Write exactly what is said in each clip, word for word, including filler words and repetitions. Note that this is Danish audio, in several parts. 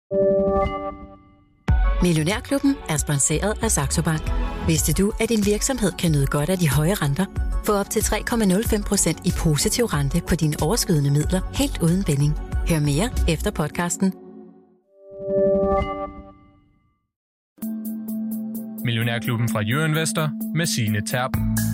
Millionærklubben er sponsoreret af Saxo Bank. Vidste du, at din virksomhed kan nyde godt af de høje renter? Få op til tre komma nul fem procent i positiv rente på dine overskydende midler helt uden binding. Hør mere efter podcasten. Millionærklubben fra Jørgen Vester med Signe Terp.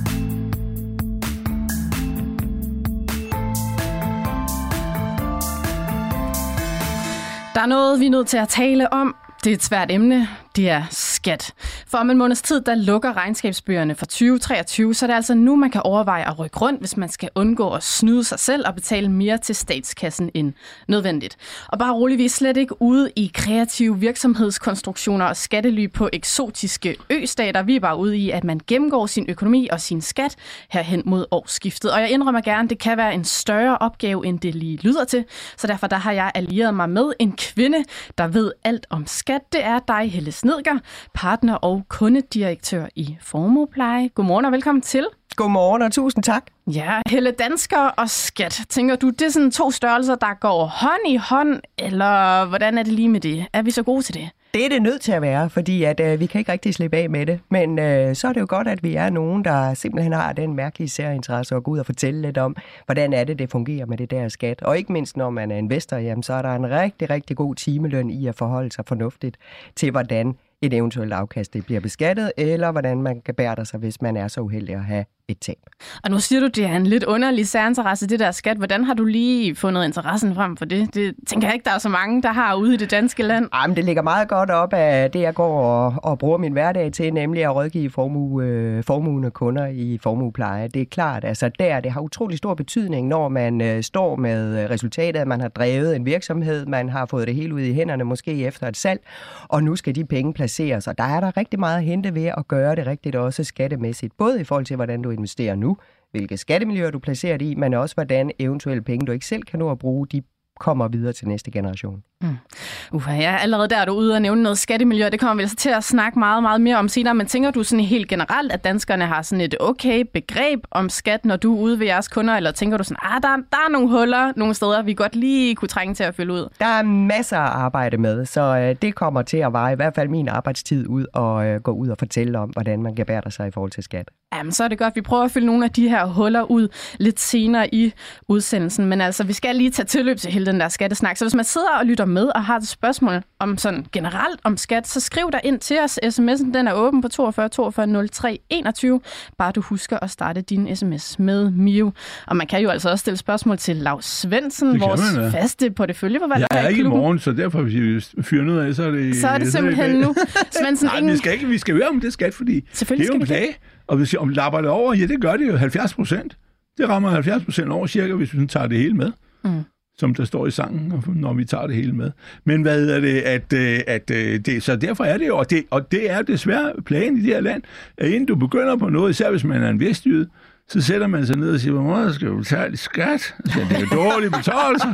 Der er noget, vi er nødt til at tale om. Det er et svært emne. Det er skat. For om en måneds tid, der lukker regnskabsbøgerne for tyve treogtyve, så er det altså nu, man kan overveje at rykke rundt, hvis man skal undgå at snyde sig selv og betale mere til statskassen end nødvendigt. Og bare roligt, vi er slet ikke ude i kreative virksomhedskonstruktioner og skattely på eksotiske østater. Vi er bare ude i, at man gennemgår sin økonomi og sin skat herhen mod årsskiftet. Og jeg indrømmer gerne, det kan være en større opgave, end det lige lyder til. Så derfor der har jeg allieret mig med en kvinde, der ved alt om skat. Det er dig, Helle Snedker, partner og kundedirektør i Formuepleje. Godmorgen og velkommen til. Godmorgen og tusind tak. Ja, Helle, dansker og skat. Tænker du, det er sådan to størrelser, der går hånd i hånd, eller hvordan er det lige med det? Er vi så gode til det? Det er det nødt til at være, fordi at, øh, vi kan ikke rigtig slippe af med det. Men øh, så er det jo godt, at vi er nogen, der simpelthen har den mærkelige særinteresse og gå ud og fortælle lidt om, hvordan er det, det fungerer med det der skat. Og ikke mindst, når man er investor, jamen, så er der en rigtig, rigtig god timeløn i at forholde sig fornuftigt til, hvordan et eventuelt afkast det bliver beskattet, eller hvordan man kan bære sig, hvis man er så uheldig at have et tab. Og nu siger du, det er en lidt underlig særinteresse, det der skat. Hvordan har du lige fundet interessen frem for det? Det tænker jeg ikke, der er så mange, der har ude i det danske land. Jamen, det ligger meget godt op af det, jeg går og, og bruger min hverdag til, nemlig at rådgive formue, øh, formuende kunder i formuepleje. Det er klart, altså der, det har utrolig stor betydning, når man øh, står med resultatet, at man har drevet en virksomhed, man har fået det hele ud i hænderne, måske efter et salg, og nu skal de penge placeres. Og der er der rigtig meget at hente ved at gøre det rigtigt, også skattemæssigt. Både i forhold til, hvordan du investerer nu, hvilke skattemiljøer du placerer det i, men også hvordan eventuelle penge, du ikke selv kan nå at bruge, de kommer videre til næste generation. Mm. Uh, ja, allerede der er du ude og nævne noget skattemiljø, det kommer vi altså til at snakke meget, meget mere om senere, men tænker du sådan helt generelt, at danskerne har sådan et okay begreb om skat, når du er ude ved jeres kunder, eller tænker du sådan, ah, der, der er nogle huller nogle steder, vi godt lige kunne trænge til at fylde ud? Der er masser at arbejde med, så øh, det kommer til at vare i hvert fald min arbejdstid ud og øh, gå ud og fortælle om, hvordan man kan bære sig i forhold til skat. Jamen, så er det godt, vi prøver at fylde nogle af de her huller ud lidt senere i udsendelsen, men altså, vi skal lige tage tilløb til hele den der skattesnak, så hvis man sidder og lytter med og har et spørgsmål om sådan generelt om skat, så skriv der ind til os. sms'en den er åben på toogfyrre toogfyrre nul tre enogtyve. Bare du husker at starte din sms med Mio. Og man kan jo altså også stille spørgsmål til Laus Svendsen, vores man, ja. faste porteføljeforvalter. Jeg er ikke i morgen, så derfor hvis vi fyrer noget af, så er det... Så er det simpelthen nu. Svendsen, Nej, ingen... vi skal ikke, vi skal høre om det skat, fordi det er jo en plage. Og hvis om lapper det over, ja, det gør det jo halvfjerds procent. Det rammer halvfjerds procent over cirka, hvis vi tager det hele med. Mm. Som der står i sangen, når vi tager det hele med. Men hvad er det, at, at, at det, så derfor er det jo, og det, og det er desværre plagen i det her land, at inden du begynder på noget, især hvis man er en vestjyde, så sætter man sig ned og siger, hvor meget skal du betale i skat? Så det er jo dårlige betaalelser.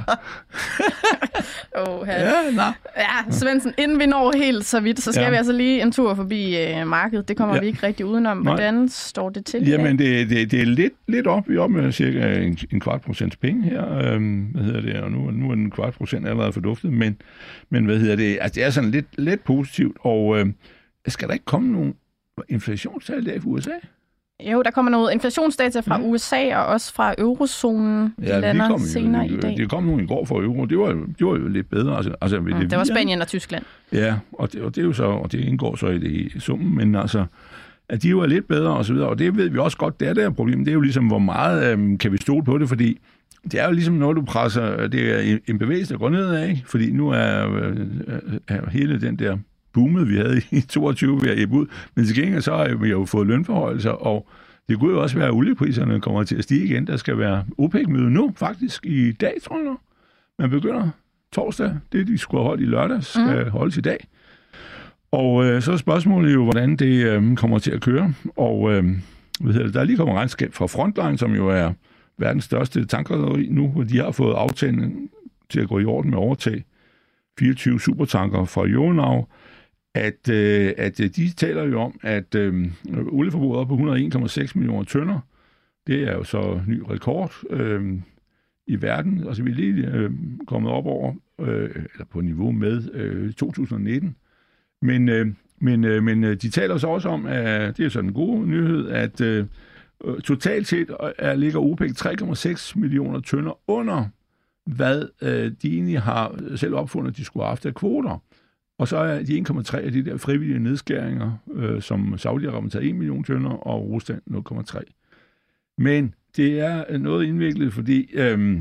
oh, ja, ja, Svendsen, inden vi når helt så vidt, så skal ja. vi altså lige en tur forbi øh, markedet. Det kommer ja. vi ikke rigtig udenom. Hvordan Nej. står det til? Jamen, det, det, det er lidt, lidt op. Vi er oppe med cirka en, en kvart procents penge her. Øhm, hvad hedder det? Og nu, nu er den en kvart procent allerede forduftet, men, men hvad hedder det? Altså, det er sådan lidt, lidt positivt, og øh, skal der ikke komme nogle inflationstal der i U S A? Jo, der kommer noget inflationsdata fra ja. U S A og også fra eurozonen. De ja, lander kom senere jo, i dag. Det kom nu i går fra euro. Det var, det var jo lidt bedre. Altså, altså, mm, det, det var Spanien og Tyskland. Ja, og det, og det er jo så, og det indgår så i det i summen, men altså, at de jo er lidt bedre og så videre, og det ved vi også godt, det er det her problem. Det er jo ligesom, hvor meget øhm, kan vi stole på det, fordi det er jo ligesom, når du presser, det er en bevægelse, der går nedad, ikke? Fordi nu er, øh, er hele den der boomet, vi havde i toogtyve, vi har æbet ud, men til gengæld så har vi jo fået lønforholdelser, og det kunne jo også være, at oliepriserne kommer til at stige igen. Der skal være OPEC-møde nu, faktisk i dag, tror jeg nu. Man begynder torsdag. Det, de skulle have holdt i lørdag, skal mm. holdes i dag. Og øh, så er spørgsmålet jo, hvordan det øh, kommer til at køre. Og øh, hvad hedder det, der er lige kommet regnskab fra Frontline, som jo er verdens største tankrederi nu, hvor de har fået aftalen til at gå i orden med at overtage fireogtyve supertanker fra Euronav. At, øh, at de taler jo om, at øh, olieforbruget er på et hundrede og en komma seks millioner tønder. Det er jo så ny rekord øh, i verden. Altså vi er lige øh, kommet op over øh, eller på niveau med øh, to tusind nitten. Men, øh, men, øh, men de taler så også om, at det er sådan en god nyhed, at øh, totalt set er, ligger OPEC tre komma seks millioner tønder under, hvad øh, de egentlig har selv opfundet, at de skulle have haft af kvoter. Og så er de en komma tre af de der frivillige nedskæringer, øh, som Saudi-Arabien tager en million tønder, og Rusland nul komma tre. Men det er noget indviklet, fordi øh,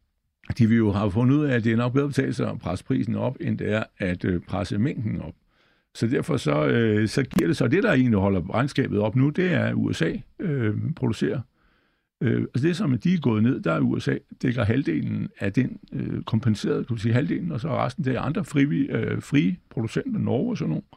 de vil jo have fundet ud af, at det er nok bedre betalt sig at presse prisen op, end det er at øh, presse mængden op. Så derfor så, øh, så giver det så, det der egentlig holder regnskabet op nu, det er, at U S A øh, producerer. Øh, altså det som, at de er gået ned, der er U S A dækker halvdelen af den øh, kompenserede, kan du sige halvdelen, og så resten, det er andre frivillige, øh, frie producenter, Norge og sådan nogle.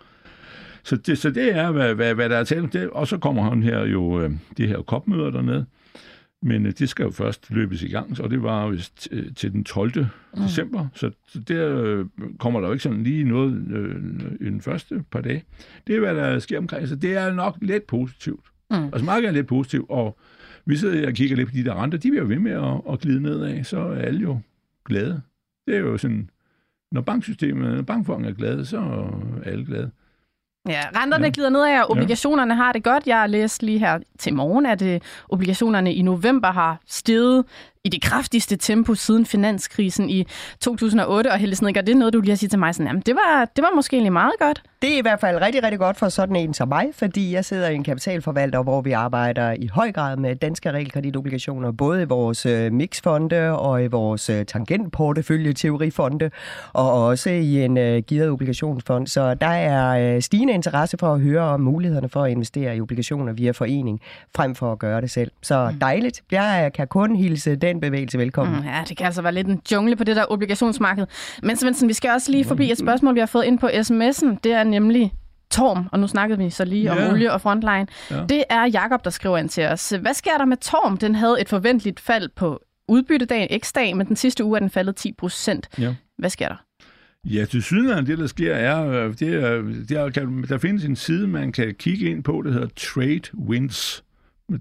Så det, så det er, hvad, hvad, hvad der er talt om det. Og så kommer han her jo, øh, det her kopmøder dernede. Men øh, det skal jo først løbes i gang, og det var jo t- til den tolvte Mm. december. Så, så der øh, kommer der jo ikke sådan lige noget øh, i den første par dage. Det er, hvad der sker omkring. Så det er nok lidt positivt. Mm. Altså markedet er lidt positivt, og vi sidder og kigger lidt på de der renter. De bliver jo ved med at, at glide nedad, så er alle jo glade. Det er jo sådan, når banksystemet, når bankfolkene er glade, så er alle glade. Ja, renterne ja. glider nedad, og obligationerne har det godt. Jeg har læst lige her til morgen, at uh, obligationerne i november har steget i det kraftigste tempo siden finanskrisen i to tusind og otte. Og Helle Snedker, det er noget, du lige har sagt til mig sådan, jamen det var, det var måske egentlig meget godt. Det er i hvert fald rigtig, rigtig godt for sådan en som mig, fordi jeg sidder i en kapitalforvalter, hvor vi arbejder i høj grad med danske realkreditobligationer, både i vores uh, mixfonde og i vores uh, tangentportefølje-teorifonde, og også i en uh, gearet obligationsfond. Så der er uh, stigende interesse for at høre om mulighederne for at investere i obligationer via forening, frem for at gøre det selv. Så dejligt. Jeg kan kun hilse den bevægelse velkommen. Mm, ja, det kan altså være lidt en jungle på det der obligationsmarked. Men Svendsen, vi skal også lige forbi et spørgsmål, vi har fået ind på sms'en. Det er nemlig Torm, og nu snakkede vi så lige ja. om olie og frontline. Ja. Det er Jakob, der skriver ind til os. Hvad sker der med Torm? Den havde et forventeligt fald på udbyttedagen, X-dag, men den sidste uge er den faldet ti procent. Ja. Hvad sker der? Ja, til syden det, der sker, er, det er, det er kan, der findes en side, man kan kigge ind på, der hedder TradeWinds med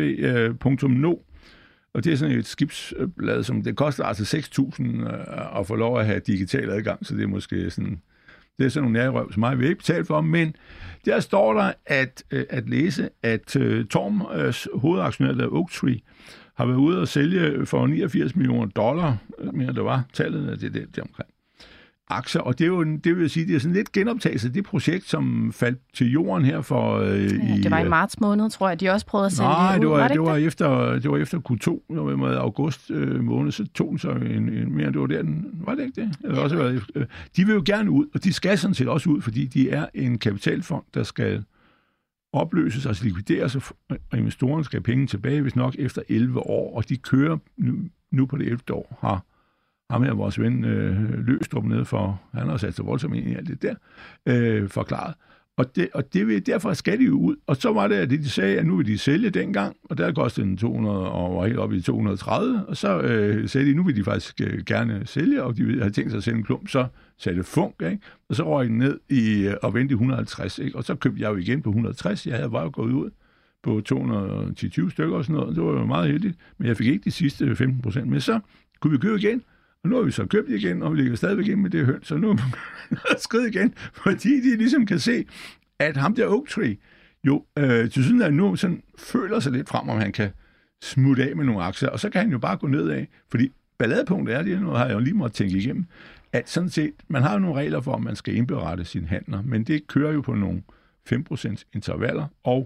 w punktum no. Og det er sådan et skibsblad, som det koster altså seks tusind at få lov at have digital adgang, så det er måske sådan, det er sådan nogle nærrøv, som jeg vil ikke betale for, men der står der at, at læse, at uh, Torms uh, hovedaktionær, der Oaktree, har været ude og sælge for niogfirs millioner dollar, mener det var tallet af det der, der omkring aktier, og det er jo, det vil sige, det er sådan lidt genoptagelse af det projekt, som faldt til jorden her for... Øh, ja, det var i marts måned, tror jeg, de også prøvede at sælge nej, det ud. Var, var, det, det, var det? Efter, det var efter Q to, med august øh, måned, så tog den så en, en mere, det var der, den, var det ikke det? Eller også været, øh, de vil jo gerne ud, og de skal sådan set også ud, fordi de er en kapitalfond, der skal opløses, altså likvideres, og investorerne skal have penge tilbage, hvis nok efter elleve år, og de kører nu, nu på det ellevte år, har ham her, vores ven øh, Løstrup nede for, han har sat sig voldsomt ind i alt det der, øh, forklaret. Og, det, og det vil, derfor skal de jo ud. Og så var det, at de sagde, at nu vil de sælge dengang, og der kostede den to hundrede og var helt oppe i to hundrede og tredive, og så øh, sagde de, nu vil de faktisk øh, gerne sælge, og de havde tænkt sig at sælge en klump, så sagde det funk, ikke? Og så røg den ned i, og vendte i et hundrede og halvtreds, ikke? Og så købte jeg jo igen på et hundrede og tres, jeg havde bare gået ud på to hundrede og ti til tyve stykker og sådan noget, det var jo meget heldigt, men jeg fik ikke de sidste femten procent, men så kunne vi købe igen. Og nu har vi så købt igen, og vi ligger stadigvæk ind med det høns, så nu er vi skridt igen, fordi de ligesom kan se, at ham der Oaktree jo øh, til synes, at nu sådan føler sig lidt frem, om han kan smutte af med nogle aktier, og så kan han jo bare gå nedad, fordi balladepunktet er det, nu har jeg jo lige måttet tænke igennem, at sådan set, man har jo nogle regler for, at man skal indberette sine handler, men det kører jo på nogle fem procent intervaller, og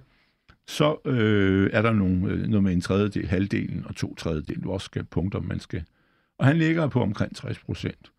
så øh, er der nogle, øh, noget med en tredjedel, halvdelen og to tredjedel, hvor også skal punkter, man skal. Og han ligger på omkring tres procent.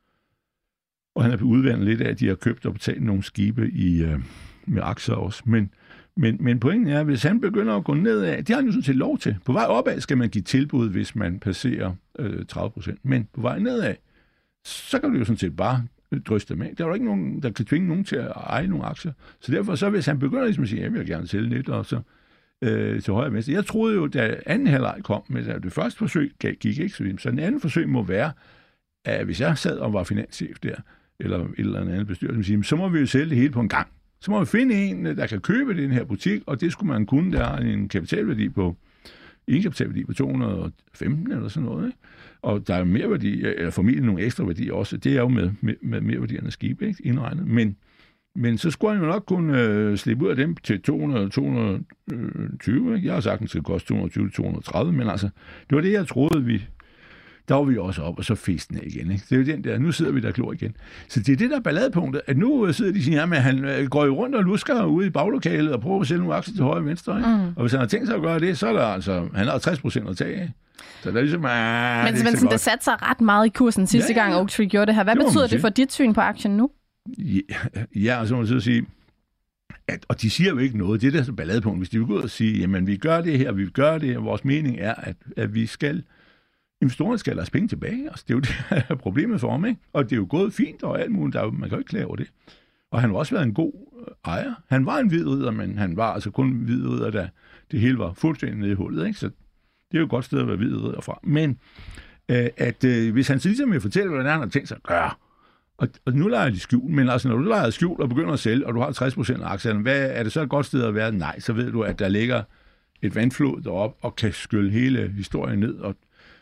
Og han er blevet udvandet lidt af, at de har købt og betalt nogle skibe i, øh, med aktier også. Men, men, men pointen er, at hvis han begynder at gå nedad, det har han jo sådan set lov til. På vej opad skal man give tilbud, hvis man passerer øh, tredive procent. Men på vej nedad, så kan du jo sådan set bare dryste med. Der er jo ikke nogen, der kan tvinge nogen til at eje nogle aktier. Så derfor, så hvis han begynder ligesom at sige, jeg vil gerne sælge lidt, og så øh, til højre og venstre. Jeg troede jo, da anden halvleg kom, men da det første forsøg gik ikke så vidt. Så den anden forsøg må være, at hvis jeg sad og var finanschef der, eller et eller andet bestyrelse, så må vi jo sælge det hele på en gang. Så må vi finde en, der kan købe den her butik, og det skulle man kunne. Der har en kapitalværdi på egenkapitalværdi på to hundrede og femten eller sådan noget, ikke? Og der er mere værdi, eller formentlig nogle ekstra værdier også. Det er jo med, med, med mere værdierne af skib, ikke? Indregnet. Men, men så skulle han jo nok kunne øh, slippe ud af dem til to hundrede til to hundrede og tyve. Ikke? Jeg har sagt, at det skal koste to hundrede og tyve til to hundrede og tredive, men altså, det var det, jeg troede, vi... Der var vi også op, og så festen af igen. Ikke? Det er jo den der, nu sidder vi der klor igen. Så det er det der balladepunktet, at nu sidder de og siger, at han går jo rundt og lusker ude i baglokalet og prøver at sælge nogle aktier til højre og venstre. Ikke? Mm. Og hvis han har tænkt sig at gøre det, så er der altså, han har tres procent at tage. Så der er ligesom, ah, men det, er men det satte sig ret meget i kursen sidste ja, ja. gang Oaktree gjorde det her. Hvad det betyder det for dit syn på aktien nu? Ja, ja så må man sige, at, og de siger jo ikke noget. Det er der balladepunkt. Hvis de vil gå ud og sige, jamen vi gør det her, vi gør det, og vores mening er, at, at vi skal investorerne skal have deres penge tilbage. Altså, det er jo det, der er problemet for ham, ikke? Og det er jo gået fint og alt muligt. Der er, man kan jo ikke klage over det. Og han har også været en god ejer. Han var en hvid ridder, men han var altså kun en hvid ridder, da det hele var fuldstændig nede i hullet, ikke? Så det er jo et godt sted at være hvid ridder fra. Men øh, at øh, hvis han ligesom vil fortælle, hvordan han har tænkt sig at gøre, og, og nu leger de skjul, men altså når du leger skjul og begynder at sælge, og du har tres procent af aktierne, hvad er det så et godt sted at være? Nej, så ved du, at der ligger et vandflod deroppe og kan skylle hele historien ned, og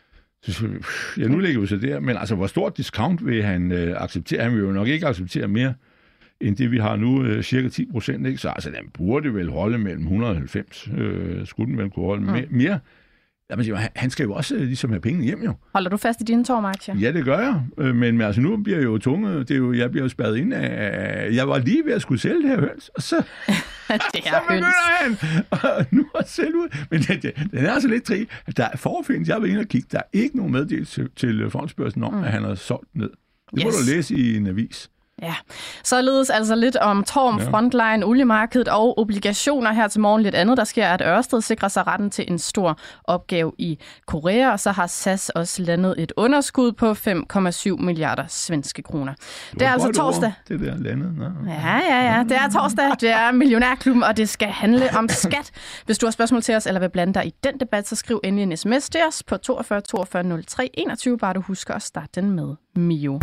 ja, nu ligger vi så der, men altså, hvor stort discount vil han øh, acceptere? Han vil jo nok ikke acceptere mere, end det vi har nu, øh, cirka ti procent, ikke? Så altså, den burde vel holde mellem et hundrede og halvfems, øh, skulle den vel kunne holde mm. mere. Jamen, siger, han, han skal jo også ligesom have pengene hjem, jo. Holder du fast i dine Torm-aktier? Ja, det gør jeg, øh, men altså, nu bliver jeg jo tunge, det er jo, jeg bliver jo spærret ind af, jeg var lige ved at skulle sælge det her høns, og så... det så begynder han og nu at sælge ud. Men det, det, den er altså lidt tri. Der er forfindes, jeg vil ind og kigge, der er ikke nogen meddelelse til, til fondsbørsen om, mm. at han har solgt ned. Det yes. må du læse i en avis. Ja, således altså lidt om Torm, ja. Frontline, oliemarkedet og obligationer her til morgen. Lidt andet, der sker, at Ørsted sikrer sig retten til en stor opgave i Korea, og så har S A S også landet et underskud på fem komma syv milliarder svenske kroner. Det, det er altså torsdag. Ord, det der landet. Nå. Ja, ja, ja. Det er torsdag. Det er Millionærklubben, og det skal handle om skat. Hvis du har spørgsmål til os, eller vil blande dig i den debat, så skriv endelig en sms til os på toogfyrre toogfyrre nul tre enogtyve. Bare du husker at starte den med Mio.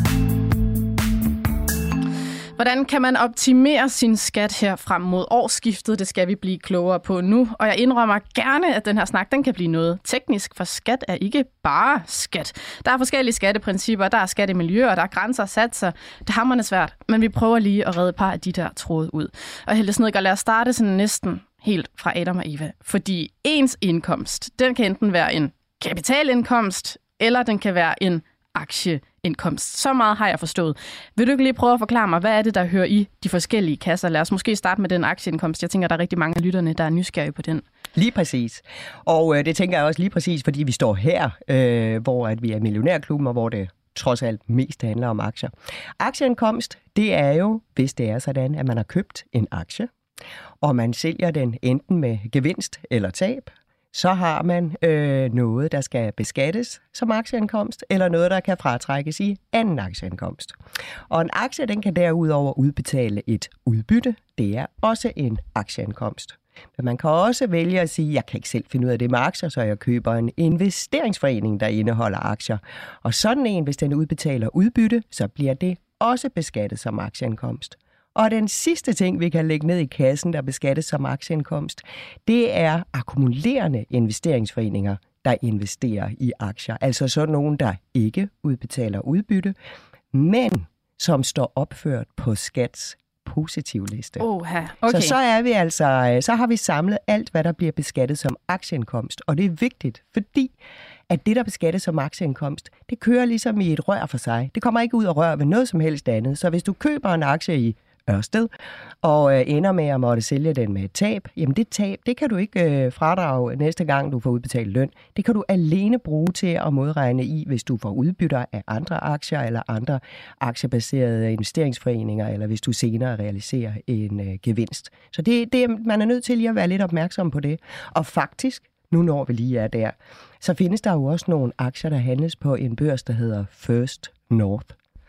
Hvordan kan man optimere sin skat her frem mod årsskiftet? Det skal vi blive klogere på nu. Og jeg indrømmer gerne, at den her snak den kan blive noget teknisk, for skat er ikke bare skat. Der er forskellige skatteprincipper, der er skattemiljø, og der er grænser og satser. Det er hamrende svært, men vi prøver lige at redde et par af de der tråde ud. Og Helle Snedgaard, lad os starte sådan næsten helt fra Adam og Eva. Fordi ens indkomst, den kan enten være en kapitalindkomst, eller den kan være en aktieindkomst. Så meget har jeg forstået. Vil du ikke lige prøve at forklare mig, hvad er det, der hører i de forskellige kasser? Lad os måske starte med den aktieindkomst. Jeg tænker, der er rigtig mange af lytterne, der er nysgerrige på den. Lige præcis. Og øh, det tænker jeg også lige præcis, fordi vi står her, øh, hvor at vi er Millionærklubben, og hvor det trods alt mest handler om aktier. Aktieindkomst, det er jo, hvis det er sådan, at man har købt en aktie, og man sælger den enten med gevinst eller tab, så har man øh, noget, der skal beskattes som aktieindkomst, eller noget, der kan fratrækkes i anden aktieindkomst. Og en aktie, den kan derudover udbetale et udbytte. Det er også en aktieindkomst. Men man kan også vælge at sige, jeg kan ikke selv finde ud af det med aktier, så jeg køber en investeringsforening, der indeholder aktier. Og sådan en, hvis den udbetaler udbytte, så bliver det også beskattet som aktieindkomst. Og den sidste ting, vi kan lægge ned i kassen, der beskattes som aktieindkomst, det er akkumulerende investeringsforeninger, der investerer i aktier. Altså sådan nogen, der ikke udbetaler udbytte, men som står opført på skats positivliste. Oha, okay. Så så er vi altså, så har vi samlet alt, hvad der bliver beskattet som aktieindkomst. Og det er vigtigt, fordi at det, der beskattes som aktieindkomst, det kører ligesom i et rør for sig. Det kommer ikke ud og røre ved noget som helst andet. Så hvis du køber en aktie i Ørsted, og øh, ender med at måtte sælge den med et tab, jamen det tab, det kan du ikke øh, fradrage næste gang, du får udbetalt løn. Det kan du alene bruge til at modregne i, hvis du får udbytter af andre aktier eller andre aktiebaserede investeringsforeninger, eller hvis du senere realiserer en øh, gevinst. Så det, det, man er nødt til lige at være lidt opmærksom på det. Og faktisk, nu når vi lige er der, så findes der jo også nogle aktier, der handles på en børs, der hedder First North.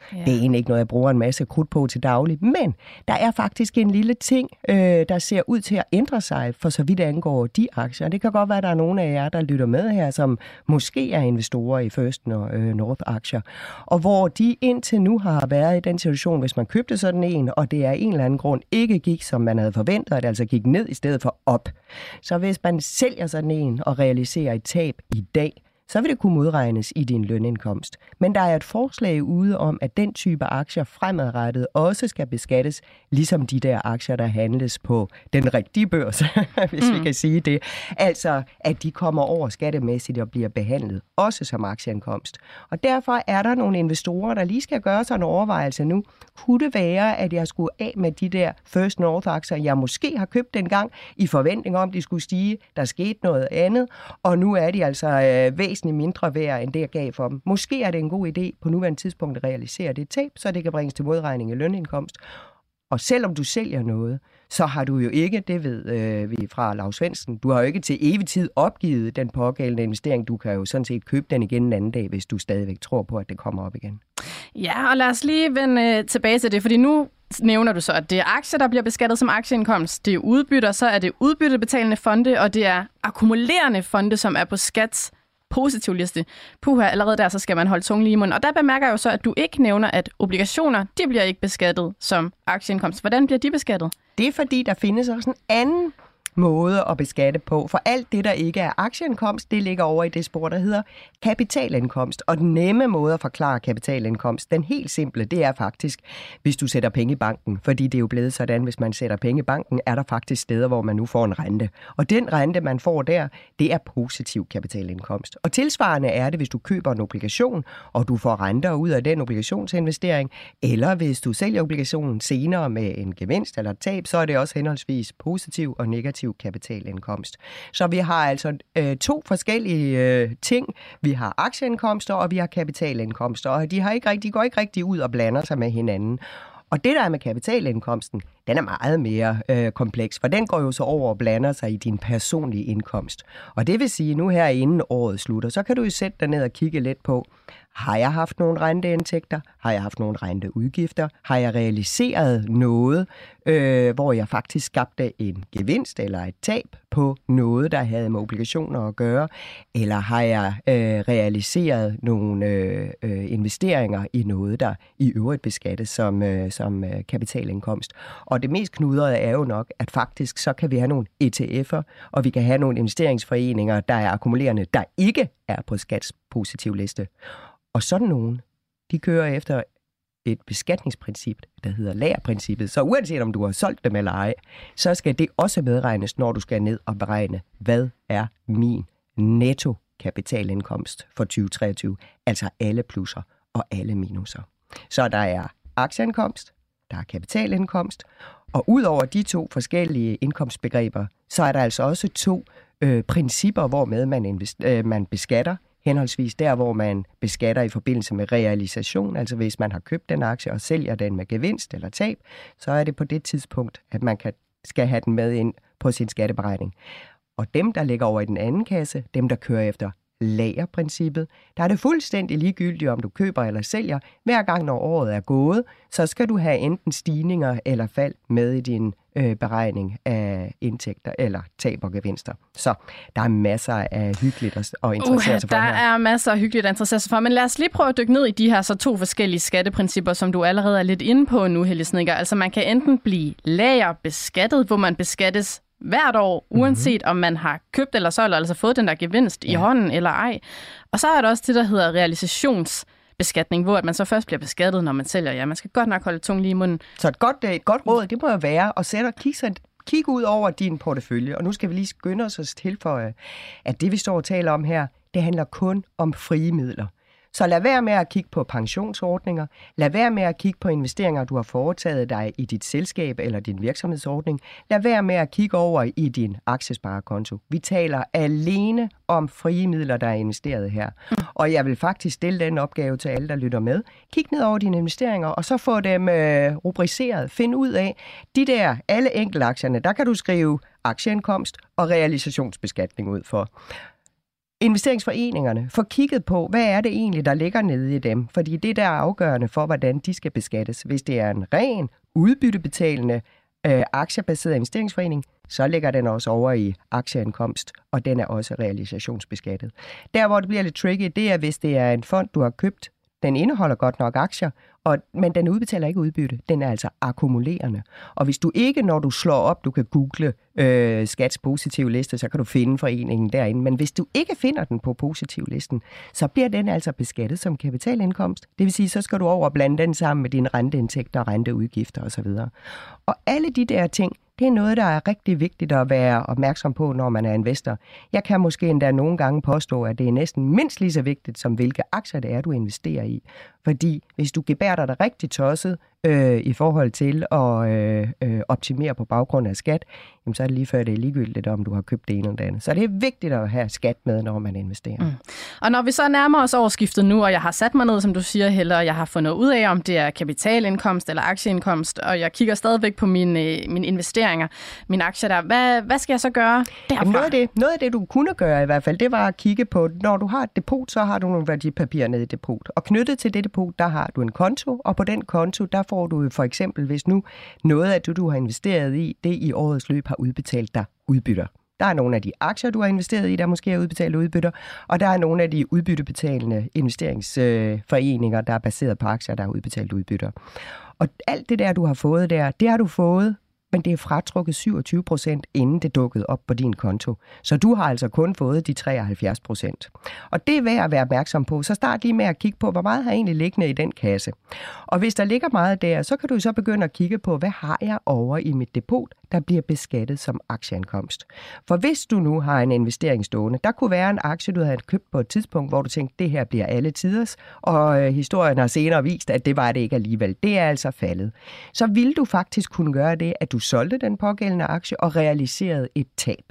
Ja. Det er egentlig ikke noget, jeg bruger en masse krudt på til daglig, men der er faktisk en lille ting, øh, der ser ud til at ændre sig, for så vidt angår de aktier. Det kan godt være, at der er nogle af jer, der lytter med her, som måske er investorer i First North-aktier, og hvor de indtil nu har været i den situation, hvis man købte sådan en, og det er en eller anden grund ikke gik, som man havde forventet, at det altså gik ned i stedet for op. Så hvis man sælger sådan en og realiserer et tab i dag, så vil det kunne modregnes i din lønindkomst. Men der er et forslag ude om, at den type aktier fremadrettet også skal beskattes, ligesom de der aktier, der handles på den rigtige børs, hvis mm. vi kan sige det. Altså, at de kommer over skattemæssigt og bliver behandlet, også som aktieindkomst. Og derfor er der nogle investorer, der lige skal gøre sig en overvejelse nu. Kunne det være, at jeg skulle af med de der First North-aktier, jeg måske har købt dengang, i forventning om, de skulle stige, der skete noget andet, og nu er de altså øh, væsentligt mindre værd, end det jeg gav for dem. Måske er det en god idé på nuværende tidspunkt at realisere det tab, så det kan bringes til modregning i lønindkomst. Og selvom du sælger noget, så har du jo ikke, det ved øh, vi fra Lars Svendsen, du har jo ikke til evig tid opgivet den pågældende investering. Du kan jo sådan set købe den igen en anden dag, hvis du stadigvæk tror på, at det kommer op igen. Ja, og lad os lige vende øh, tilbage til det, fordi nu nævner du så, at det er aktier, der bliver beskattet som aktieindkomst. Det er udbytter, så er det udbyttebetalende fonde, og det er akkumulerende fonde, som er på skats positivliste. Puha, allerede der, så skal man holde tungen lige i munden. Og der bemærker jeg jo så, at du ikke nævner, at obligationer, de bliver ikke beskattet som aktieindkomst. Hvordan bliver de beskattet? Det er fordi, der findes også en anden måde at beskatte på. For alt det, der ikke er aktieindkomst, det ligger over i det spor, der hedder kapitalindkomst. Og den nemme måde at forklare kapitalindkomst, den helt simple, det er faktisk, hvis du sætter penge i banken. Fordi det er jo blevet sådan, hvis man sætter penge i banken, er der faktisk steder, hvor man nu får en rente. Og den rente, man får der, det er positiv kapitalindkomst. Og tilsvarende er det, hvis du køber en obligation, og du får renter ud af den obligationsinvestering, eller hvis du sælger obligationen senere med en gevinst eller et tab, så er det også henholdsvis positiv og negativ kapitalindkomst. Så vi har altså øh, to forskellige øh, ting. Vi har aktieindkomster, og vi har kapitalindkomster, og de, har ikke rigtig, de går ikke rigtig ud og blander sig med hinanden. Og det der er med kapitalindkomsten, den er meget mere øh, kompleks, for den går jo så over og blander sig i din personlige indkomst. Og det vil sige, nu her inden året slutter, så kan du jo sætte dig ned og kigge lidt på, har jeg haft nogle renteindtægter? Har jeg haft nogle renteudgifter? Har jeg realiseret noget, øh, hvor jeg faktisk skabte en gevinst eller et tab på noget, der havde med obligationer at gøre? Eller har jeg øh, realiseret nogle øh, øh, investeringer i noget, der i øvrigt beskattes som, øh, som øh, kapitalindkomst? Og det mest knudrede er jo nok, at faktisk så kan vi have nogle E T F'er, og vi kan have nogle investeringsforeninger, der er akkumulerende, der ikke er på skats positiv liste. Og sådan nogen, de kører efter et beskatningsprincip, der hedder lagerprincippet. Så uanset om du har solgt dem eller ej, så skal det også medregnes, når du skal ned og beregne, hvad er min netto kapitalindkomst for tyve treogtyve. Altså alle plusser og alle minuser. Så der er aktieindkomst, der er kapitalindkomst, og ud over de to forskellige indkomstbegreber, så er der altså også to øh, principper, hvormed man, invest- øh, man beskatter, henholdsvis der, hvor man beskatter i forbindelse med realisation, altså hvis man har købt den aktie og sælger den med gevinst eller tab, så er det på det tidspunkt, at man kan, skal have den med ind på sin skatteberegning. Og dem, der ligger over i den anden kasse, dem, der kører efter lagerprincippet, der er det fuldstændig ligegyldigt, om du køber eller sælger. Hver gang, når året er gået, så skal du have enten stigninger eller fald med i din øh, beregning af indtægter eller tab og gevinster. Så der er masser af hyggeligt at, at interessere sig for der her. Der er masser af hyggeligt at interessere sig for, men lad os lige prøve at dykke ned i de her så to forskellige skatteprincipper, som du allerede er lidt inde på nu, Helge Snedker. Altså man kan enten blive lagerbeskattet, hvor man beskattes hvert år, uanset mm-hmm. om man har købt eller solgt, eller altså fået den der gevinst ja. i hånden eller ej. Og så er der også det, der hedder realisationsbeskatning, hvor man så først bliver beskattet, når man sælger. Ja, man skal godt nok holde tungen lige i munden. Så et godt, et godt råd, det må jo være at sætte og kigge, kigge ud over din portefølje. Og nu skal vi lige skynde os at tilføje, at det vi står og taler om her, det handler kun om frie midler. Så lad være med at kigge på pensionsordninger. Lad være med at kigge på investeringer, du har foretaget dig i dit selskab eller din virksomhedsordning. Lad være med at kigge over i din aktiesparekonto. Vi taler alene om frie midler, der er investeret her. Og jeg vil faktisk stille den opgave til alle, der lytter med. Kig ned over dine investeringer, og så få dem øh, rubriceret. Find ud af, de der, alle enkeltaktierne, der kan du skrive aktieindkomst og realisationsbeskatning ud for. investeringsforeningerne, få kigget på, hvad er det egentlig, der ligger nede i dem. Fordi det der er afgørende for, hvordan de skal beskattes. Hvis det er en ren, udbyttebetalende, øh, aktiebaseret investeringsforening, så ligger den også over i aktieindkomst, og den er også realisationsbeskattet. Der, hvor det bliver lidt tricky, det er, hvis det er en fond, du har købt. Den indeholder godt nok aktier, og, men den udbetaler ikke udbytte. Den er altså akkumulerende. Og hvis du ikke, når du slår op, du kan google øh, Skats positive liste, så kan du finde foreningen derinde. Men hvis du ikke finder den på positivlisten, så bliver den altså beskattet som kapitalindkomst. Det vil sige, så skal du over og blande den sammen med dine renteindtægter, renteudgifter osv. Og alle de der ting, det er noget, der er rigtig vigtigt at være opmærksom på, når man er investor. Jeg kan måske endda nogle gange påstå, at det er næsten mindst lige så vigtigt, som hvilke aktier det er, du investerer i. Fordi hvis du gebærder dig rigtig tosset øh, i forhold til at øh, øh, optimere på baggrund af skat, jamen, så er det lige før, det er ligegyldigt, om du har købt det ene eller det andet. Så det er vigtigt at have skat med, når man investerer. Mm. Og når vi så nærmer os årsskiftet nu, og jeg har sat mig ned, som du siger, Helle, og jeg har fundet ud af, om det er kapitalindkomst eller aktieindkomst, og jeg kigger stadigvæk på mine, mine investeringer, mine aktier der. Hvad, hvad skal jeg så gøre derfra? Jamen, noget, af det, noget af det, du kunne gøre i hvert fald, det var at kigge på, når du har et depot, så har du nogle værdipapirer nede i depot. Og knyttet til det depot, der har du en konto, og på den konto, der får du for eksempel, hvis nu noget af det, du har investeret i, det i årets løb har udbetalt dig udbytter. Der er nogle af de aktier, du har investeret i, der måske har udbetalt udbytter, og der er nogle af de udbyttebetalende investeringsforeninger, der er baseret på aktier, der har udbetalt udbytter. Og alt det der, du har fået der, det har du fået, men det er fratrukket syvogtyve procent, inden det dukkede op på din konto. Så du har altså kun fået de treoghalvfjerds procent. Og det er værd at være opmærksom på. Så start lige med at kigge på, hvor meget har egentlig liggende i den kasse. Og hvis der ligger meget der, så kan du så begynde at kigge på, hvad har jeg over i mit depot, der bliver beskattet som aktieindkomst. For hvis du nu har en investering stående, der kunne være en aktie, du havde købt på et tidspunkt, hvor du tænkte, det her bliver alle tiders, og øh, historien har senere vist, at det var det ikke alligevel. Det er altså faldet. Så vil du faktisk kunne gøre det, at du solgte den pågældende aktie og realiserede et tab.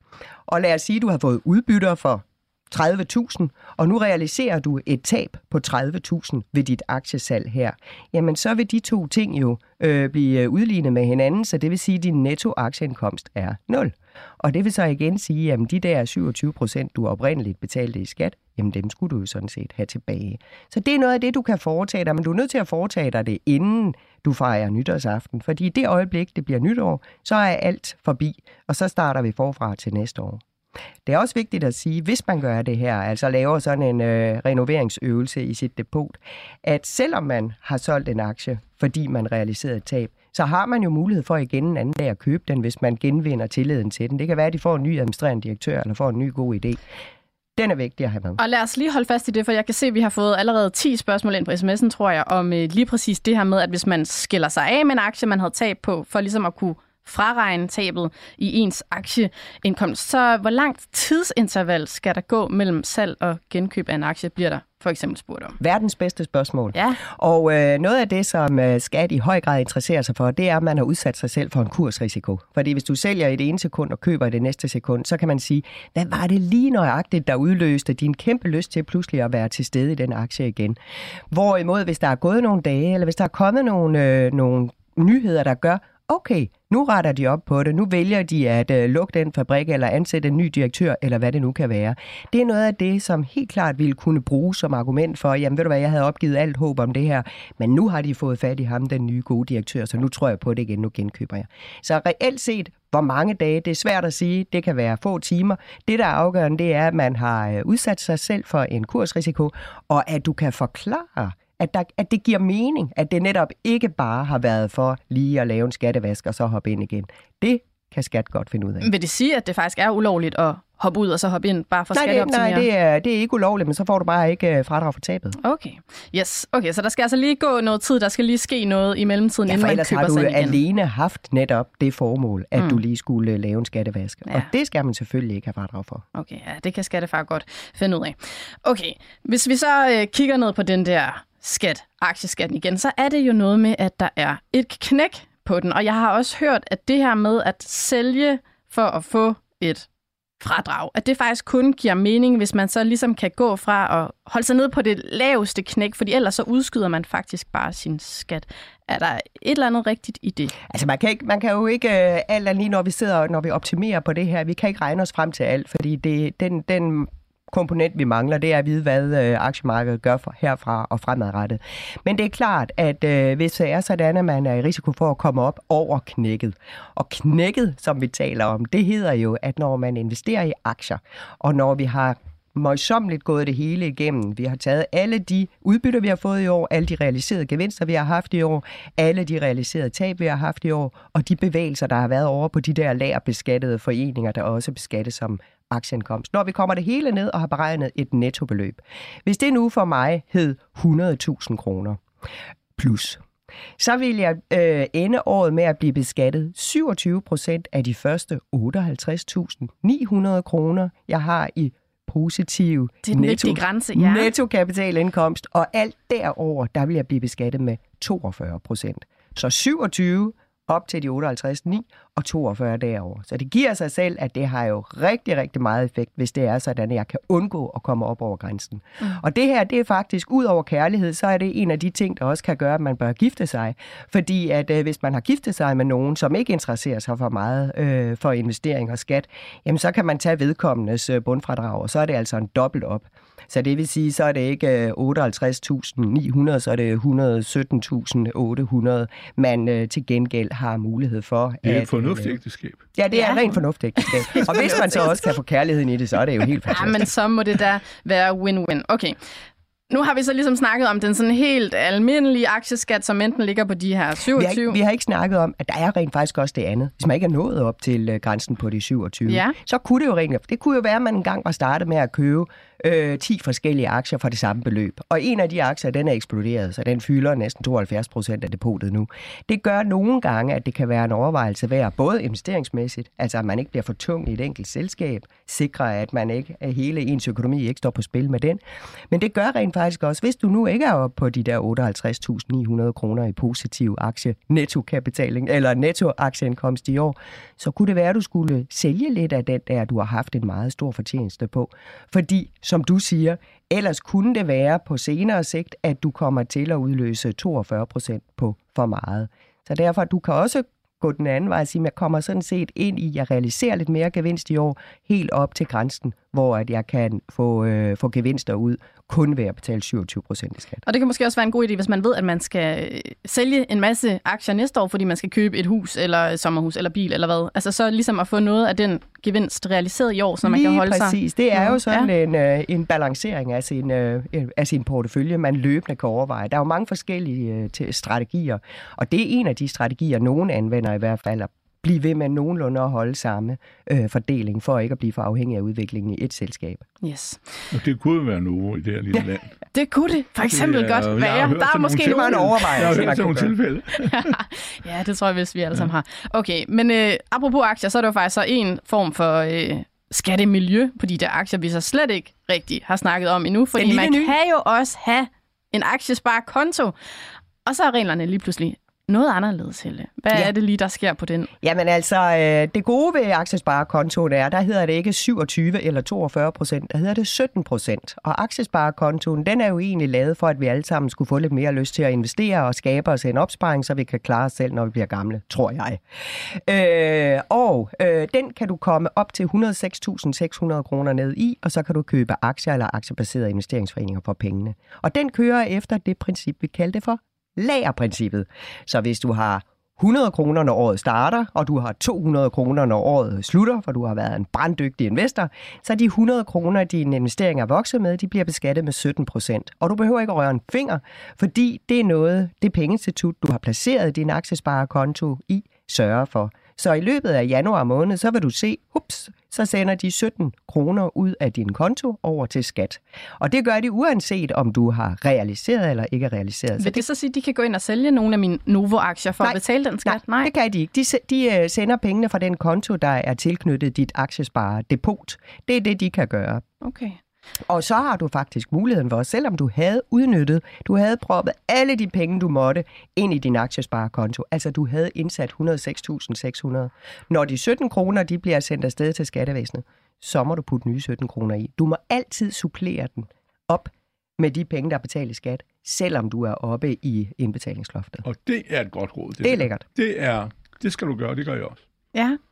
Og lad os sige, at du har fået udbytter for tredive tusind, og nu realiserer du et tab på tredive tusind ved dit aktiesalg her, jamen så vil de to ting jo øh, blive udlignet med hinanden, så det vil sige, at din netto aktieindkomst er nul. Og det vil så igen sige, at de der syvogtyve procent, du oprindeligt betalte i skat, jamen dem skulle du jo sådan set have tilbage. Så det er noget af det, du kan foretage dig, men du er nødt til at foretage dig det, inden du fejrer nytårsaften. Fordi i det øjeblik, det bliver nytår, så er alt forbi, og så starter vi forfra til næste år. Det er også vigtigt at sige, hvis man gør det her, altså laver sådan en øh, renoveringsøvelse i sit depot, at selvom man har solgt en aktie, fordi man realiserede et tab, så har man jo mulighed for igen en anden dag at købe den, hvis man genvinder tilliden til den. Det kan være, at de får en ny administrerende direktør, eller får en ny god idé. Den er vigtig at have med. Og lad os lige holde fast i det, for jeg kan se, at vi har fået allerede ti spørgsmål ind på sms'en, tror jeg, om øh, lige præcis det her med, at hvis man skiller sig af med en aktie, man havde tab på, for ligesom at kunne fraregne tabet i ens aktieindkomst. Så hvor langt tidsinterval skal der gå mellem salg og genkøb af en aktie, bliver der for eksempel spurgt om? Verdens bedste spørgsmål. Ja. Og øh, noget af det, som øh, Skat i høj grad interesserer sig for, det er, at man har udsat sig selv for en kursrisiko. Fordi hvis du sælger i det ene sekund og køber i det næste sekund, så kan man sige, hvad var det lige nøjagtigt, der udløste din kæmpe lyst til pludselig at være til stede i den aktie igen? Hvorimod, hvis der er gået nogle dage, eller hvis der er kommet nogle, øh, nogle nyheder, der gør, okay, nu retter de op på det. Nu vælger de at uh, lukke den fabrik eller ansætte en ny direktør, eller hvad det nu kan være. Det er noget af det, som helt klart ville kunne bruges som argument for, jamen ved du hvad, jeg havde opgivet alt håb om det her, men nu har de fået fat i ham, den nye gode direktør, så nu tror jeg på det igen, nu genkøber jeg. Så reelt set, hvor mange dage, det er svært at sige, det kan være få timer. Det, der er afgørende, det er, at man har udsat sig selv for en kursrisiko, og at du kan forklare, At, der, at det giver mening, at det netop ikke bare har været for lige at lave en skattevask og så hoppe ind igen. Det kan Skat godt finde ud af. Vil det sige, at det faktisk er ulovligt at hoppe ud og så hoppe ind bare for skatteoptimering? Nej, det er, det er ikke ulovligt, men så får du bare ikke fradrag for tabet. Okay. Yes. Okay, så der skal altså lige gå noget tid, der skal lige ske noget i mellemtiden, ja, inden man køber sig igen. Ja, for ellers har du alene haft netop det formål, at mm. du lige skulle lave en skattevask. Ja. Og det skal man selvfølgelig ikke have fradrag for. Okay, ja, det kan Skattefar godt finde ud af. Okay, hvis vi så øh, kigger ned på den der skat, aktieskatten igen, så er det jo noget med, at der er et knæk på den. Og jeg har også hørt, at det her med at sælge for at få et fradrag, at det faktisk kun giver mening, hvis man så ligesom kan gå fra at holde sig ned på det laveste knæk, fordi ellers så udskyder man faktisk bare sin skat. Er der et eller andet rigtigt i det? Altså man kan, ikke, man kan jo ikke uh, alt lige når vi sidder, når vi optimerer på det her, vi kan ikke regne os frem til alt, fordi det, den, den komponent, vi mangler, det er at vide, hvad øh, aktiemarkedet gør for, herfra og fremadrettet. Men det er klart, at øh, hvis det er sådan, at man er i risiko for at komme op over knækket. Og knækket, som vi taler om, det hedder jo, at når man investerer i aktier, og når vi har møjsommeligt gået det hele igennem. Vi har taget alle de udbytter, vi har fået i år, alle de realiserede gevinster, vi har haft i år, alle de realiserede tab, vi har haft i år, og de bevægelser, der har været over på de der lagerbeskattede foreninger, der også beskattes som aktieindkomst. Når vi kommer det hele ned og har beregnet et nettobeløb. Hvis det nu for mig hed hundrede tusind kroner plus, så vil jeg øh, ende året med at blive beskattet syvogtyve procent af de første otteoghalvtreds tusind ni hundrede kroner, jeg har i positiv det er den netto, grænse, ja. netto-kapitalindkomst, og alt derover, der vil jeg blive beskattet med toogfyrre procent. Så syvogtyve op til de otteoghalvtreds komma ni og toogfyrre derover. Så det giver sig selv, at det har jo rigtig, rigtig meget effekt, hvis det er sådan, at jeg kan undgå at komme op over grænsen. Mm. Og det her, det er faktisk, ud over kærlighed, så er det en af de ting, der også kan gøre, at man bør gifte sig. Fordi at øh, hvis man har giftet sig med nogen, som ikke interesserer sig for meget øh, for investering og skat, jamen så kan man tage vedkommendes øh, bundfradrag, og så er det altså en dobbelt op. Så det vil sige, så er det ikke otteoghalvtreds tusind ni hundrede, så er det et hundrede og sytten tusind otte hundrede, man øh, til gengæld har mulighed for. Det er et fornuftigt ægteskab. Ja, det er ja. rent fornuftigt ægteskab. Og hvis man så også kan få kærligheden i det, så er det jo helt fantastisk. Ja, men så må det da være win-win. Okay. Nu har vi så ligesom snakket om den sådan helt almindelige aktieskat, som enten ligger på de her syvogtyve. Vi har, ikke, vi har ikke snakket om, at der er rent faktisk også det andet. Hvis man ikke er nået op til uh, grænsen på de syvogtyve, ja. så kunne det jo rent. Det kunne jo være, at man engang var startet med at købe øh, ti forskellige aktier for det samme beløb. Og en af de aktier, den er eksploderet, så den fylder næsten tooghalvfjerds procent af depotet nu. Det gør nogle gange, at det kan være en overvejelse værd, både investeringsmæssigt, altså at man ikke bliver for tung i et enkelt selskab, sikre, at man ikke, at hele ens økonomi ikke står på spil med den. Men det gør rent faktisk også, hvis du nu ikke er oppe på de der otteoghalvtreds tusind ni hundrede kroner i positiv aktie nettokapitaling eller nettoaktieindkomst i år, så kunne det være, at du skulle sælge lidt af den der, du har haft en meget stor fortjeneste på. Fordi, som du siger, ellers kunne det være på senere sigt, at du kommer til at udløse toogfyrre procent på for meget. Så derfor, du kan også gå den anden vej og sige, at jeg kommer sådan set ind i, at jeg realiserer lidt mere gevinst i år, helt op til grænsen, hvor at jeg kan få, øh, få gevinster ud, kun ved at betale syvogtyve procent i skat. Og det kan måske også være en god idé, hvis man ved, at man skal sælge en masse aktier næste år, fordi man skal købe et hus, eller et sommerhus, eller bil, eller hvad. Altså så ligesom at få noget af den gevinst realiseret i år, så man Lige kan holde præcis. sig. Præcis. Det er jo sådan ja. en, øh, en balancering af sin, øh, af sin portefølje, man løbende kan overveje. Der er jo mange forskellige øh, til strategier, og det er en af de strategier, nogen anvender i hvert fald, at blive ved med nogenlunde at holde samme øh, fordeling, for ikke at blive for afhængig af udviklingen i et selskab. Yes. Og det kunne være Novo i det her lille land. Det kunne det for eksempel det er, godt være. Der er måske nogle overvejelser. Jeg har hørt nogle tilfælde. Ja, det tror jeg, hvis vi alle sammen har. Okay, men øh, apropos aktier, så er det jo faktisk så en form for øh, skattemiljø på de der aktier, vi så slet ikke rigtig har snakket om endnu, fordi man ny. kan jo også have en aktiesparekonto, og så er reglerne lige pludselig noget anderledes, Helle. Hvad ja. er det lige, der sker på den? Jamen altså, øh, det gode ved aktiesparekontoen er, der hedder det ikke syvogtyve eller toogfyrre procent, der hedder det sytten procent. Og aktiesparekontoen, den er jo egentlig lavet for, at vi alle sammen skulle få lidt mere lyst til at investere og skabe os en opsparing, så vi kan klare os selv, når vi bliver gamle, tror jeg. Øh, og øh, den kan du komme op til et hundrede og seks tusind seks hundrede kroner ned i, og så kan du købe aktier eller aktiebaserede investeringsforeninger for pengene. Og den kører efter det princip, vi kalder det for lagerprincippet. Så hvis du har hundrede kroner, når året starter, og du har to hundrede kroner, når året slutter, for du har været en branddygtig investor, så de hundrede kroner, dine investeringer er vokset med, de bliver beskattet med sytten procent. Og du behøver ikke at røre en finger, fordi det er noget, det pengeinstitut, du har placeret din aktiesparekonto i, sørger for. Så i løbet af januar måned, så vil du se, ups, så sender de sytten kroner ud af din konto over til skat. Og det gør de uanset, om du har realiseret eller ikke realiseret. Vil det så sige, at de kan gå ind og sælge nogle af mine Novo-aktier for nej, at betale den skat? Nej, nej, det kan de ikke. De, de sender pengene fra den konto, der er tilknyttet dit aktiesparedepot. Det er det, de kan gøre. Okay. Og så har du faktisk muligheden for, selvom du havde udnyttet, du havde proppet alle de penge, du måtte, ind i din aktiesparekonto. Altså, du havde indsat et hundrede og seks tusind seks hundrede. Når de sytten kroner, de bliver sendt afsted til skattevæsenet, så må du putte nye sytten kroner i. Du må altid supplere den op med de penge, der er betalt i skat, selvom du er oppe i indbetalingsloftet. Og det er et godt råd. Det, det er lækkert. Det, er, det skal du gøre, det gør jeg også. Ja.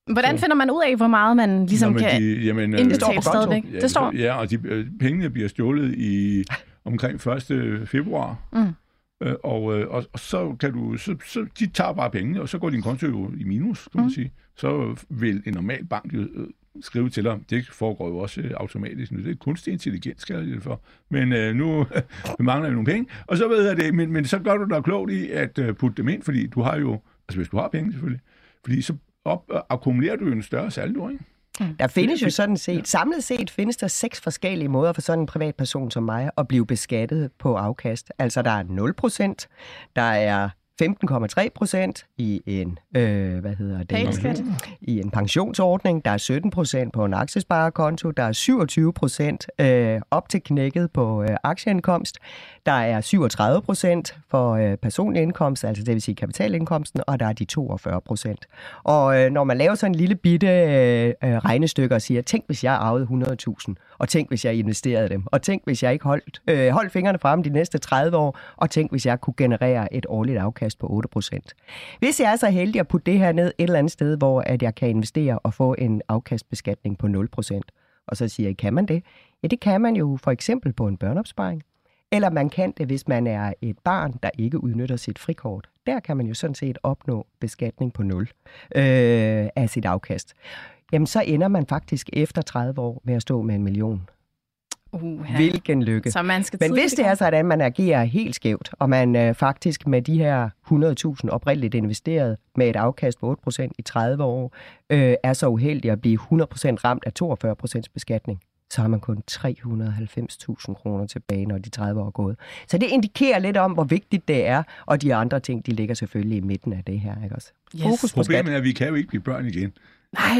Hvordan finder man ud af, hvor meget man ligesom jamen, kan de, jamen, indbetale stadigvæk? Ja, det står. Ja, og de, pengene bliver stjålet i omkring første februar. Mm. Øh, og, og, og så kan du, så, så de tager bare pengene, og så går din konto jo i minus, kan man mm. sige. Så vil en normal bank jo øh, skrive til dig, det foregår jo også øh, automatisk nu. Det er kunstig intelligens, skal jeg det for. Men øh, nu mangler vi nogle penge. Og så ved jeg det, men, men så gør du dig klogt i at øh, putte dem ind, fordi du har jo, altså hvis du har penge selvfølgelig, fordi så op, øh, akkumulerer du jo en større saldo, ikke? Der findes jo sådan set, samlet set findes der seks forskellige måder for sådan en privatperson som mig at blive beskattet på afkast. Altså der er nul procent, der er femten komma tre procent i en, øh, hvad hedder det, i en pensionsordning, der er sytten procent på en aktiesparekonto, der er syvogtyve procent øh, op til knækket på øh, aktieindkomst, der er syvogtredive procent for øh, personlig indkomst, altså det vil sige kapitalindkomsten, og der er de toogfyrre procent. Og øh, når man laver sådan en lille bitte øh, regnestykke og siger, tænk hvis jeg arvede hundrede tusind, og tænk hvis jeg investerede dem, og tænk hvis jeg ikke holdt, øh, holdt fingrene frem de næste tredive år, og tænk hvis jeg kunne generere et årligt afkast på otte procent. Hvis jeg er så heldig at putte det her ned et eller andet sted, hvor at jeg kan investere og få en afkastbeskatning på nul procent, og så siger jeg, kan man det? Ja, det kan man jo for eksempel på en børneopsparing. Eller man kan det, hvis man er et barn, der ikke udnytter sit frikort. Der kan man jo sådan set opnå beskatning på nul øh, af sit afkast. Jamen, så ender man faktisk efter tredive år med at stå med en million. Uh, Hvilken lykke. Så man skal Men hvis det er sådan, at man agerer helt skævt, og man øh, faktisk med de her hundrede tusind oprindeligt investeret med et afkast på otte procent i tredive år, øh, er så uheldig at blive hundrede procent ramt af toogfyrre procent beskatning, så har man kun tre hundrede og halvfems tusind kroner tilbage, når de tredive år er gået. Så det indikerer lidt om, hvor vigtigt det er, og de andre ting, de ligger selvfølgelig i midten af det her, ikke også? Yes. Fokus på Problemet er, at vi kan jo ikke blive børn igen. Nej,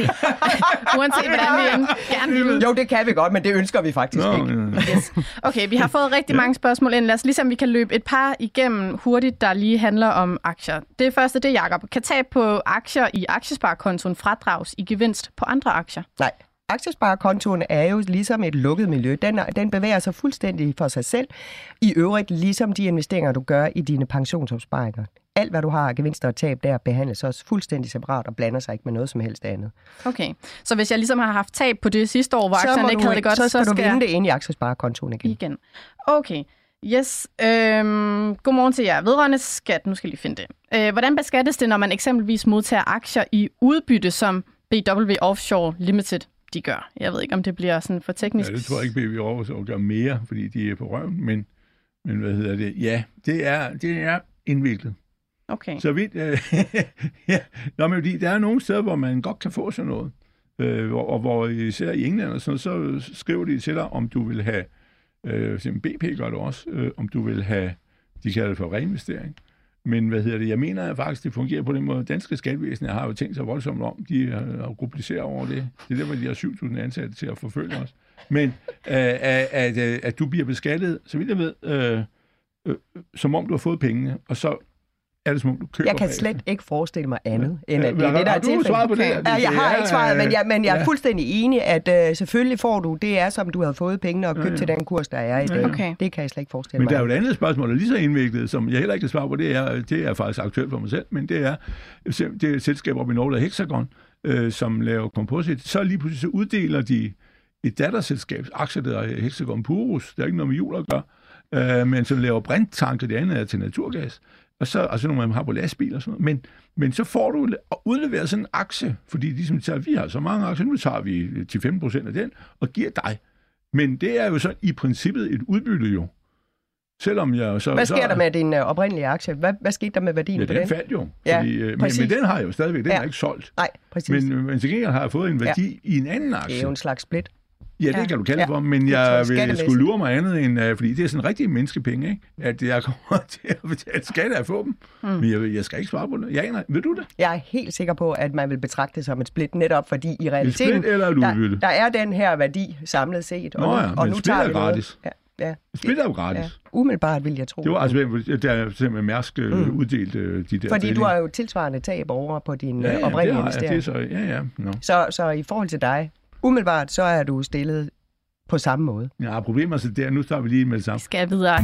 uanset hvordan vi gerne vil. Jo, det kan vi godt, men det ønsker vi faktisk Nå, ikke. ja. Yes. Okay, vi har fået rigtig mange spørgsmål ind. Lad os ligesom vi kan løbe et par igennem hurtigt, der lige handler om aktier. Det første, det er Jacob. Kan tab på aktier i aktiesparekontoen fradrages i gevinst på andre aktier? Nej. Aktiesparekontoen er jo ligesom et lukket miljø. Den, den bevæger sig fuldstændig for sig selv. I øvrigt ligesom de investeringer, du gør i dine pensionsopsparinger. Alt, hvad du har af gevinster og tab der, behandles også fuldstændig separat og blander sig ikke med noget som helst andet. Okay, så hvis jeg ligesom har haft tab på det sidste år, hvor aktierne ikke havde det godt, så skal, så skal du vinde det ind i aktiesparekontoen igen. igen. Okay, yes. Øhm, godmorgen til jer. Vedrørende skat, nu skal jeg lige finde det. Øh, hvordan beskattes det, når man eksempelvis modtager aktier i udbytte, som B W Offshore Limited de gør? Jeg ved ikke, om det bliver sådan for teknisk. Ja, det tror jeg ikke, B W Offshore gør mere, fordi de er på røven, men, men hvad hedder det? Ja, det er, det er indviklet. Okay. Så vidt, øh, ja. Nå, men der er nogle steder, hvor man godt kan få sådan noget, øh, og, og hvor især i England og sådan noget, så skriver de til dig, om du vil have, øh, B P gør det også, øh, om du vil have, de kalder det for reinvestering. Men hvad hedder det? Jeg mener at faktisk, det fungerer på den måde. Danske skattevæsener har jo tænkt sig voldsomt om. De har rubriceret over det. Det er der, hvor de har syv tusind ansatte til at forfølge os. Men øh, at, at, at du bliver beskattet, så vidt jeg ved, øh, øh, som om du har fået pengene, og så er det som om du køber. Jeg kan slet ikke forestille mig andet, end at Ja, det er det, der er tilfældet. Har du svaret på det? Ja, jeg har ikke svaret, men jeg, men jeg er ja. fuldstændig enig, at uh, selvfølgelig får du, det er som du havde fået pengene og købt ja, ja. til den kurs, der er i dag. Okay. Det kan jeg slet ikke forestille men mig. Men der er jo et andet spørgsmål, der er lige så indviklet, som jeg heller ikke kan svare på, det er, det er faktisk aktuelt for mig selv, men det er, det er et selskab op i Norge, der Hexagon, øh, som laver composite. Så lige pludselig så uddeler de et datterselskab, aktier, der er Hexagon Purus, der er ikke noget med hjul at gøre, øh, men som laver brinttanker, det andet er til naturgas. Og så, altså nogle af dem har på lastbil og sådan noget. Men, men så får du udleveret sådan en aktie, fordi de som tager, vi har så mange aktier, nu tager vi ti til femten procent af den, og giver dig. Men det er jo så i princippet et udbytte jo. Selvom jeg så... Hvad sker så, der med din uh, oprindelige aktie? Hvad, hvad skete der med værdien ja, på den? den? faldt jo. Ja, fordi, men, men den har jeg jo stadigvæk, den ja. er ikke solgt. Nej, præcis. Men, men til gengæld har jeg fået en værdi ja. i en anden aktie. Det er jo en slags split. Ja, det kan du kalde det for, men jeg vil skulle lure mig andet end, uh, fordi det er sådan rigtig menneskepenge, ikke? At jeg kommer til at betale skat af at få dem. Mm. Men jeg, jeg skal ikke svare på det. Jeg aner, ved du det? Jeg er helt sikker på, at man vil betragte det som et split, netop fordi i realiteten, et split eller et udbytte? Der, der er den her værdi samlet set. Og Nå ja, nu, og men nu split tager er vi gratis. Ja, ja. Split er jo gratis. Ja. Umiddelbart vil jeg tro. Det var altså, der er simpelthen Mærsk mm. uddelt de der fordi du har jo tilsvarende tab over på din ja, ja, oprindelige investering. Ja, så, ja, ja. No. Så, så i forhold til dig, umiddelbart, så er du stillet på samme måde. Ja, problemet er der. Nu starter vi lige med det samme. Skal videre.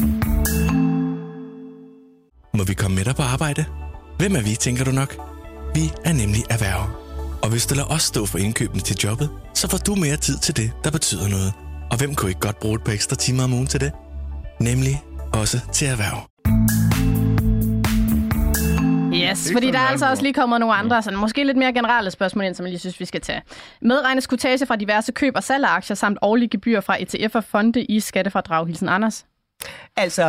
Må vi komme med dig på arbejde? Hvem er vi, tænker du nok? Vi er nemlig Erhverv. Og hvis du lader os stå for indkøbene til jobbet, så får du mere tid til det, der betyder noget. Og hvem kunne ikke godt bruge et par ekstra timer om ugen til det? Nemlig også til Erhverv. Yes, fordi der er altså også lige kommet nogle andre, sådan, måske lidt mere generelle spørgsmål ind, som jeg lige synes, vi skal tage. Medregnes kurtage fra diverse køb og salg af aktier, samt årlige gebyr fra E T F og fonde i skattefradrag. Hilsen Anders. Altså,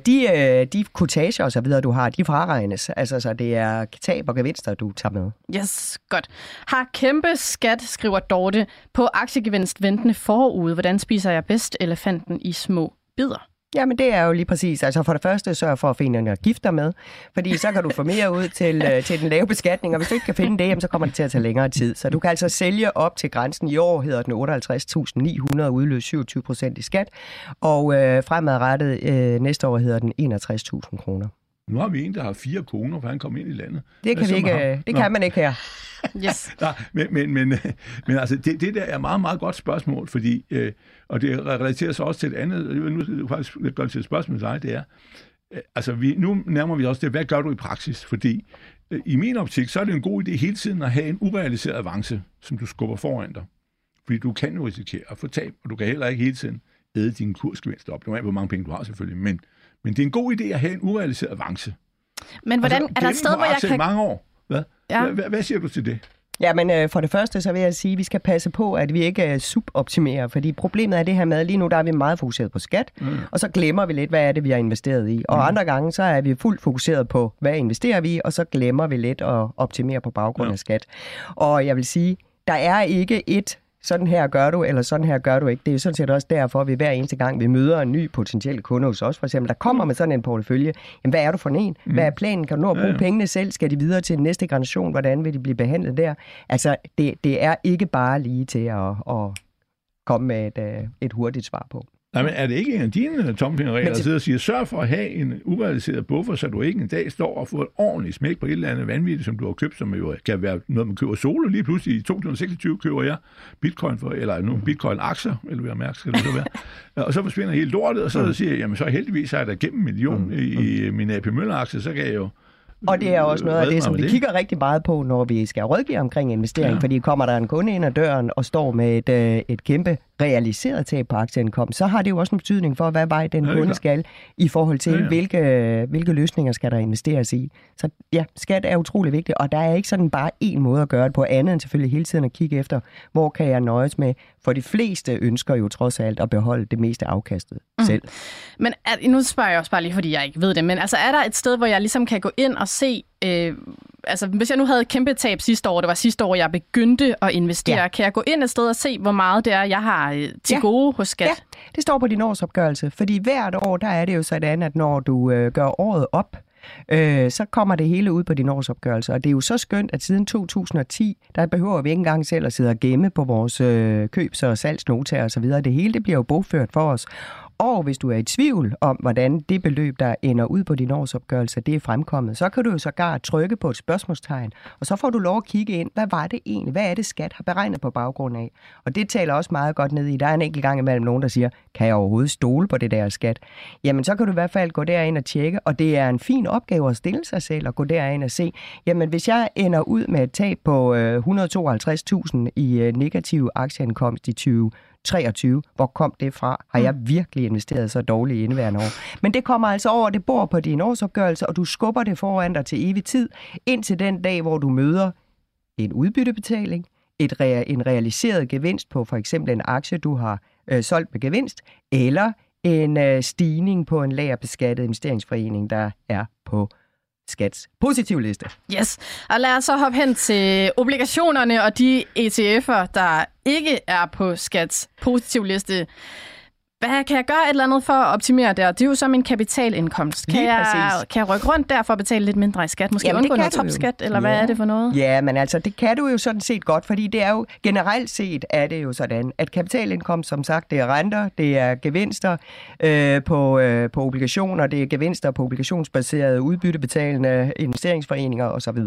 de, de kurtager og så videre, du har, de fraregnes. Altså, så det er tab og gevinster, du tager med. Yes, godt. Har kæmpe skat, skriver Dorte, på aktiegevinst ventende forude. Hvordan spiser jeg bedst elefanten i små bidder? Jamen, det er jo lige præcis. Altså, for det første, sørg for at finde en gift dig med, fordi så kan du få mere ud til, til den lave beskatning, og hvis du ikke kan finde det, jamen, så kommer det til at tage længere tid. Så du kan altså sælge op til grænsen. I år hedder den otteoghalvtreds tusind ni hundrede, udløse syvogtyve procent i skat, og øh, fremadrettet øh, næste år hedder den enogtres tusind kroner. Nu har vi en, der har fire koner, for han kom ind i landet. Det kan, vi ikke, det kan man ikke her. Yes. Nej, men, men, men, men altså, det, det der er meget, meget godt spørgsmål, fordi, øh, og det relaterer sig også til et andet, nu er det faktisk godt til et spørgsmål til dig, det er, øh, altså vi, nu nærmer vi også det, hvad gør du i praksis? Fordi øh, i min optik, så er det en god idé hele tiden at have en urealiseret avance, som du skubber foran dig. Fordi du kan jo risikere at få tab, og du kan heller ikke hele tiden æde din kursgevinst op. Det er hvor mange penge du har selvfølgelig, men, men det er en god idé at have en urealiseret avance. Men hvordan, altså, er der et sted, hvor jeg kan... i mange år. Hvad? Ja. Hvad, hvad siger du til det? Ja, men øh, for det første, så vil jeg sige, at vi skal passe på, at vi ikke øh, suboptimerer, fordi problemet er det her med, lige nu der er vi meget fokuseret på skat, mm. og så glemmer vi lidt, hvad er det, vi har investeret i. Og mm. andre gange, så er vi fuldt fokuseret på, hvad investerer vi i, og så glemmer vi lidt at optimere på baggrund ja. af skat. Og jeg vil sige, der er ikke et sådan her gør du, eller sådan her gør du ikke. Det er jo sådan set også derfor, at vi hver eneste gang, vi møder en ny potentiel kunde hos os, for eksempel, der kommer med sådan en portefølje, jamen hvad er du for en? Hvad er planen? Kan du nå at bruge ja, ja. pengene selv? Skal de videre til den næste generation? Hvordan vil de blive behandlet der? Altså, det, det er ikke bare lige til at, at komme med et, et hurtigt svar på. Nej, men er det ikke en af dine tommelfingerregler, der sidder og siger, sørg for at have en urealiseret buffer, så du ikke en dag står og får et ordentligt smæk på et eller andet vanvittigt, som du har købt, som jo kan være noget, man køber solo. Lige pludselig i to tusind seksogtyve køber jeg bitcoin for, eller nu bitcoin-aktier, eller hvad jeg mærker, skal det så være. Og så forsvinder helt lortet, og så siger jeg, jamen så heldigvis har jeg da gennem en million i, i min A P Møller-aktie, så kan jeg jo... Og det er også noget af det, som vi det. kigger rigtig meget på, når vi skal rådgive omkring investering, ja. fordi kommer der en kunde ind ad døren og står med et, et kæmpe realiseret tab på aktieindkomst, så har det jo også en betydning for, hvad vej den ja, kunde skal i forhold til, ja, ja. Hvilke, hvilke løsninger skal der investeres i. Så ja, skat er utrolig vigtigt, og der er ikke sådan bare én måde at gøre det på, andet end selvfølgelig hele tiden at kigge efter, hvor kan jeg nøjes med, for de fleste ønsker jo trods alt at beholde det meste afkastet mm. selv. Men er, nu spørger jeg også bare lige, fordi jeg ikke ved det, men altså er der et sted, hvor jeg ligesom kan gå ind og se, øh, altså hvis jeg nu havde et kæmpe tab sidste år, det var sidste år, jeg begyndte at investere, ja. kan jeg gå ind et sted og se, hvor meget det er, jeg har øh, til ja. gode hos skat? Ja, det står på din årsopgørelse, fordi hvert år, der er det jo sådan, at når du øh, gør året op, øh, så kommer det hele ud på din årsopgørelse, og det er jo så skønt, at siden to tusind og ti, der behøver vi ikke engang selv at sidde og gemme på vores øh, købs- og salgsnotaer og så videre. Det hele, det bliver jo bogført for os. Og hvis du er i tvivl om, hvordan det beløb, der ender ud på din årsopgørelse, det er fremkommet, så kan du jo sågar trykke på et spørgsmålstegn, og så får du lov at kigge ind, hvad var det egentlig? Hvad er det, skat har beregnet på baggrund af? Og det taler også meget godt ned i. Der er en enkelt gang imellem nogen, der siger, kan jeg overhovedet stole på det der skat? Jamen, så kan du i hvert fald gå derind og tjekke, og det er en fin opgave at stille sig selv og gå derind og se, jamen hvis jeg ender ud med et tab på et hundrede og tooghalvtreds tusind i negativ aktieindkomst i tyve treogtyve. Hvor kom det fra? Har jeg virkelig investeret så dårligt i indeværende år? Men det kommer altså over, det bor på din årsopgørelse, og du skubber det foran dig til evig tid, indtil den dag, hvor du møder en udbyttebetaling, et rea- en realiseret gevinst på for eksempel en aktie, du har øh, solgt med gevinst, eller en øh, stigning på en lagerbeskattet investeringsforening, der er på Skats positiv liste. Yes, og lad os så hoppe hen til obligationerne og de E T F'er, der ikke er på Skats positiv liste. Hvad kan jeg gøre et eller andet for at optimere der? Det er jo som en kapitalindkomst. Kan, jeg, kan jeg rykke rundt der for at betale lidt mindre i skat? Måske Jamen, undgå noget topskat, eller hvad ja. er det for noget? Ja, men altså, det kan du jo sådan set godt, fordi det er jo generelt set er det jo sådan, at kapitalindkomst, som sagt, det er renter, det er gevinster øh, på, øh, på obligationer, det er gevinster på obligationsbaserede udbyttebetalende investeringsforeninger osv.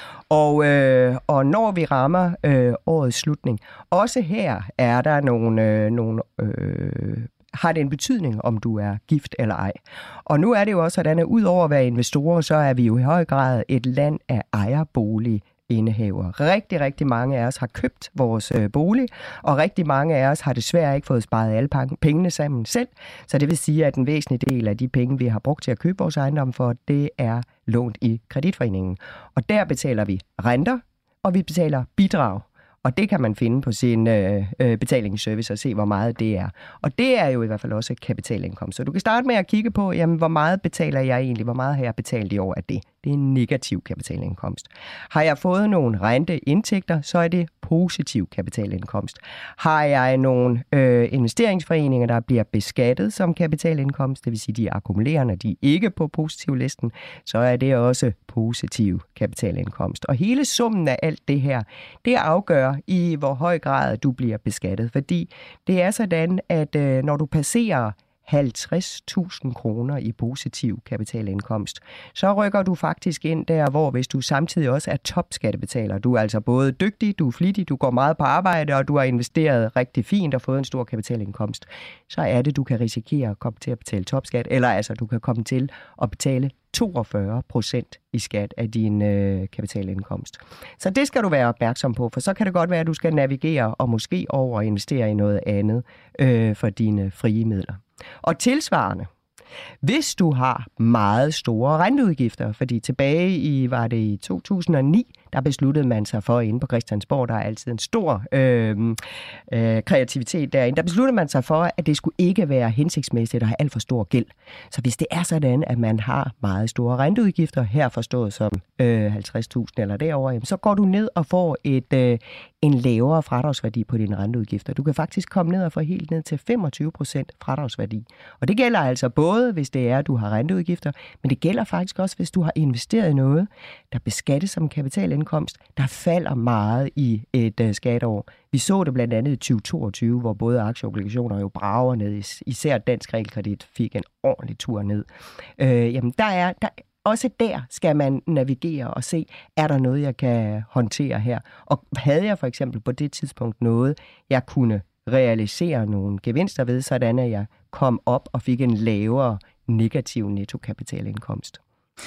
Og, øh, og når vi rammer øh, årets slutning, også her er der nogle, øh, nogle øh, har det en betydning, om du er gift eller ej. Og nu er det jo også sådan, at ud over at være investorer, så er vi jo i høj grad et land af ejerbolig indehavere. Rigtig, rigtig mange af os har købt vores øh, bolig, og rigtig mange af os har desværre ikke fået sparet alle pengene sammen selv. Så det vil sige, at en væsentlig del af de penge, vi har brugt til at købe vores ejendom for, det er lånt i kreditforeningen. Og der betaler vi renter, og vi betaler bidrag. Og det kan man finde på sin øh, øh, betalingsservice og se, hvor meget det er. Og det er jo i hvert fald også kapitalindkomst. Så du kan starte med at kigge på, jamen, hvor meget betaler jeg egentlig? Hvor meget har jeg betalt i år af det? Det er en negativ kapitalindkomst. Har jeg fået nogle renteindtægter, så er det positiv kapitalindkomst. Har jeg nogle øh, investeringsforeninger, der bliver beskattet som kapitalindkomst, det vil sige, de er akkumulerende, de er ikke på positivlisten, så er det også positiv kapitalindkomst. Og hele summen af alt det her, det afgør i hvor høj grad du bliver beskattet. Fordi det er sådan, at øh, når du passerer halvtreds tusind kroner i positiv kapitalindkomst, så rykker du faktisk ind der, hvor hvis du samtidig også er topskattebetaler, du er altså både dygtig, du er flittig, du går meget på arbejde, og du har investeret rigtig fint og fået en stor kapitalindkomst, så er det, du kan risikere at komme til at betale topskat, eller altså du kan komme til at betale toogfyrre procent i skat af din øh, kapitalindkomst. Så det skal du være opmærksom på, for så kan det godt være, at du skal navigere og måske over investere i noget andet øh, for dine frie midler. Og tilsvarende, hvis du har meget store renteudgifter, fordi tilbage i, var det i to tusind og ni, der besluttede man sig for, inde på Christiansborg, der er altid en stor øh, øh, kreativitet derinde, der besluttede man sig for, at det skulle ikke være hensigtsmæssigt at have alt for stor gæld. Så hvis det er sådan, at man har meget store renteudgifter, her forstået som øh, halvtreds tusind eller derover, så går du ned og får et, øh, en lavere fradragsværdi på dine renteudgifter. Du kan faktisk komme ned og få helt ned til femogtyve procent fradragsværdi. Og det gælder altså både, hvis det er, at du har renteudgifter, men det gælder faktisk også, hvis du har investeret i noget, der beskattes som kapitalindkomst, der falder meget i et uh, skatteår. Vi så det blandt andet i tyve toogtyve, hvor både aktieobligationer jo brager ned, især dansk realkredit fik en ordentlig tur ned. Øh, jamen, der er... Der Også der skal man navigere og se, er der noget, jeg kan håndtere her? Og havde jeg for eksempel på det tidspunkt noget, jeg kunne realisere nogle gevinster ved, sådan at jeg kom op og fik en lavere negativ nettokapitalindkomst.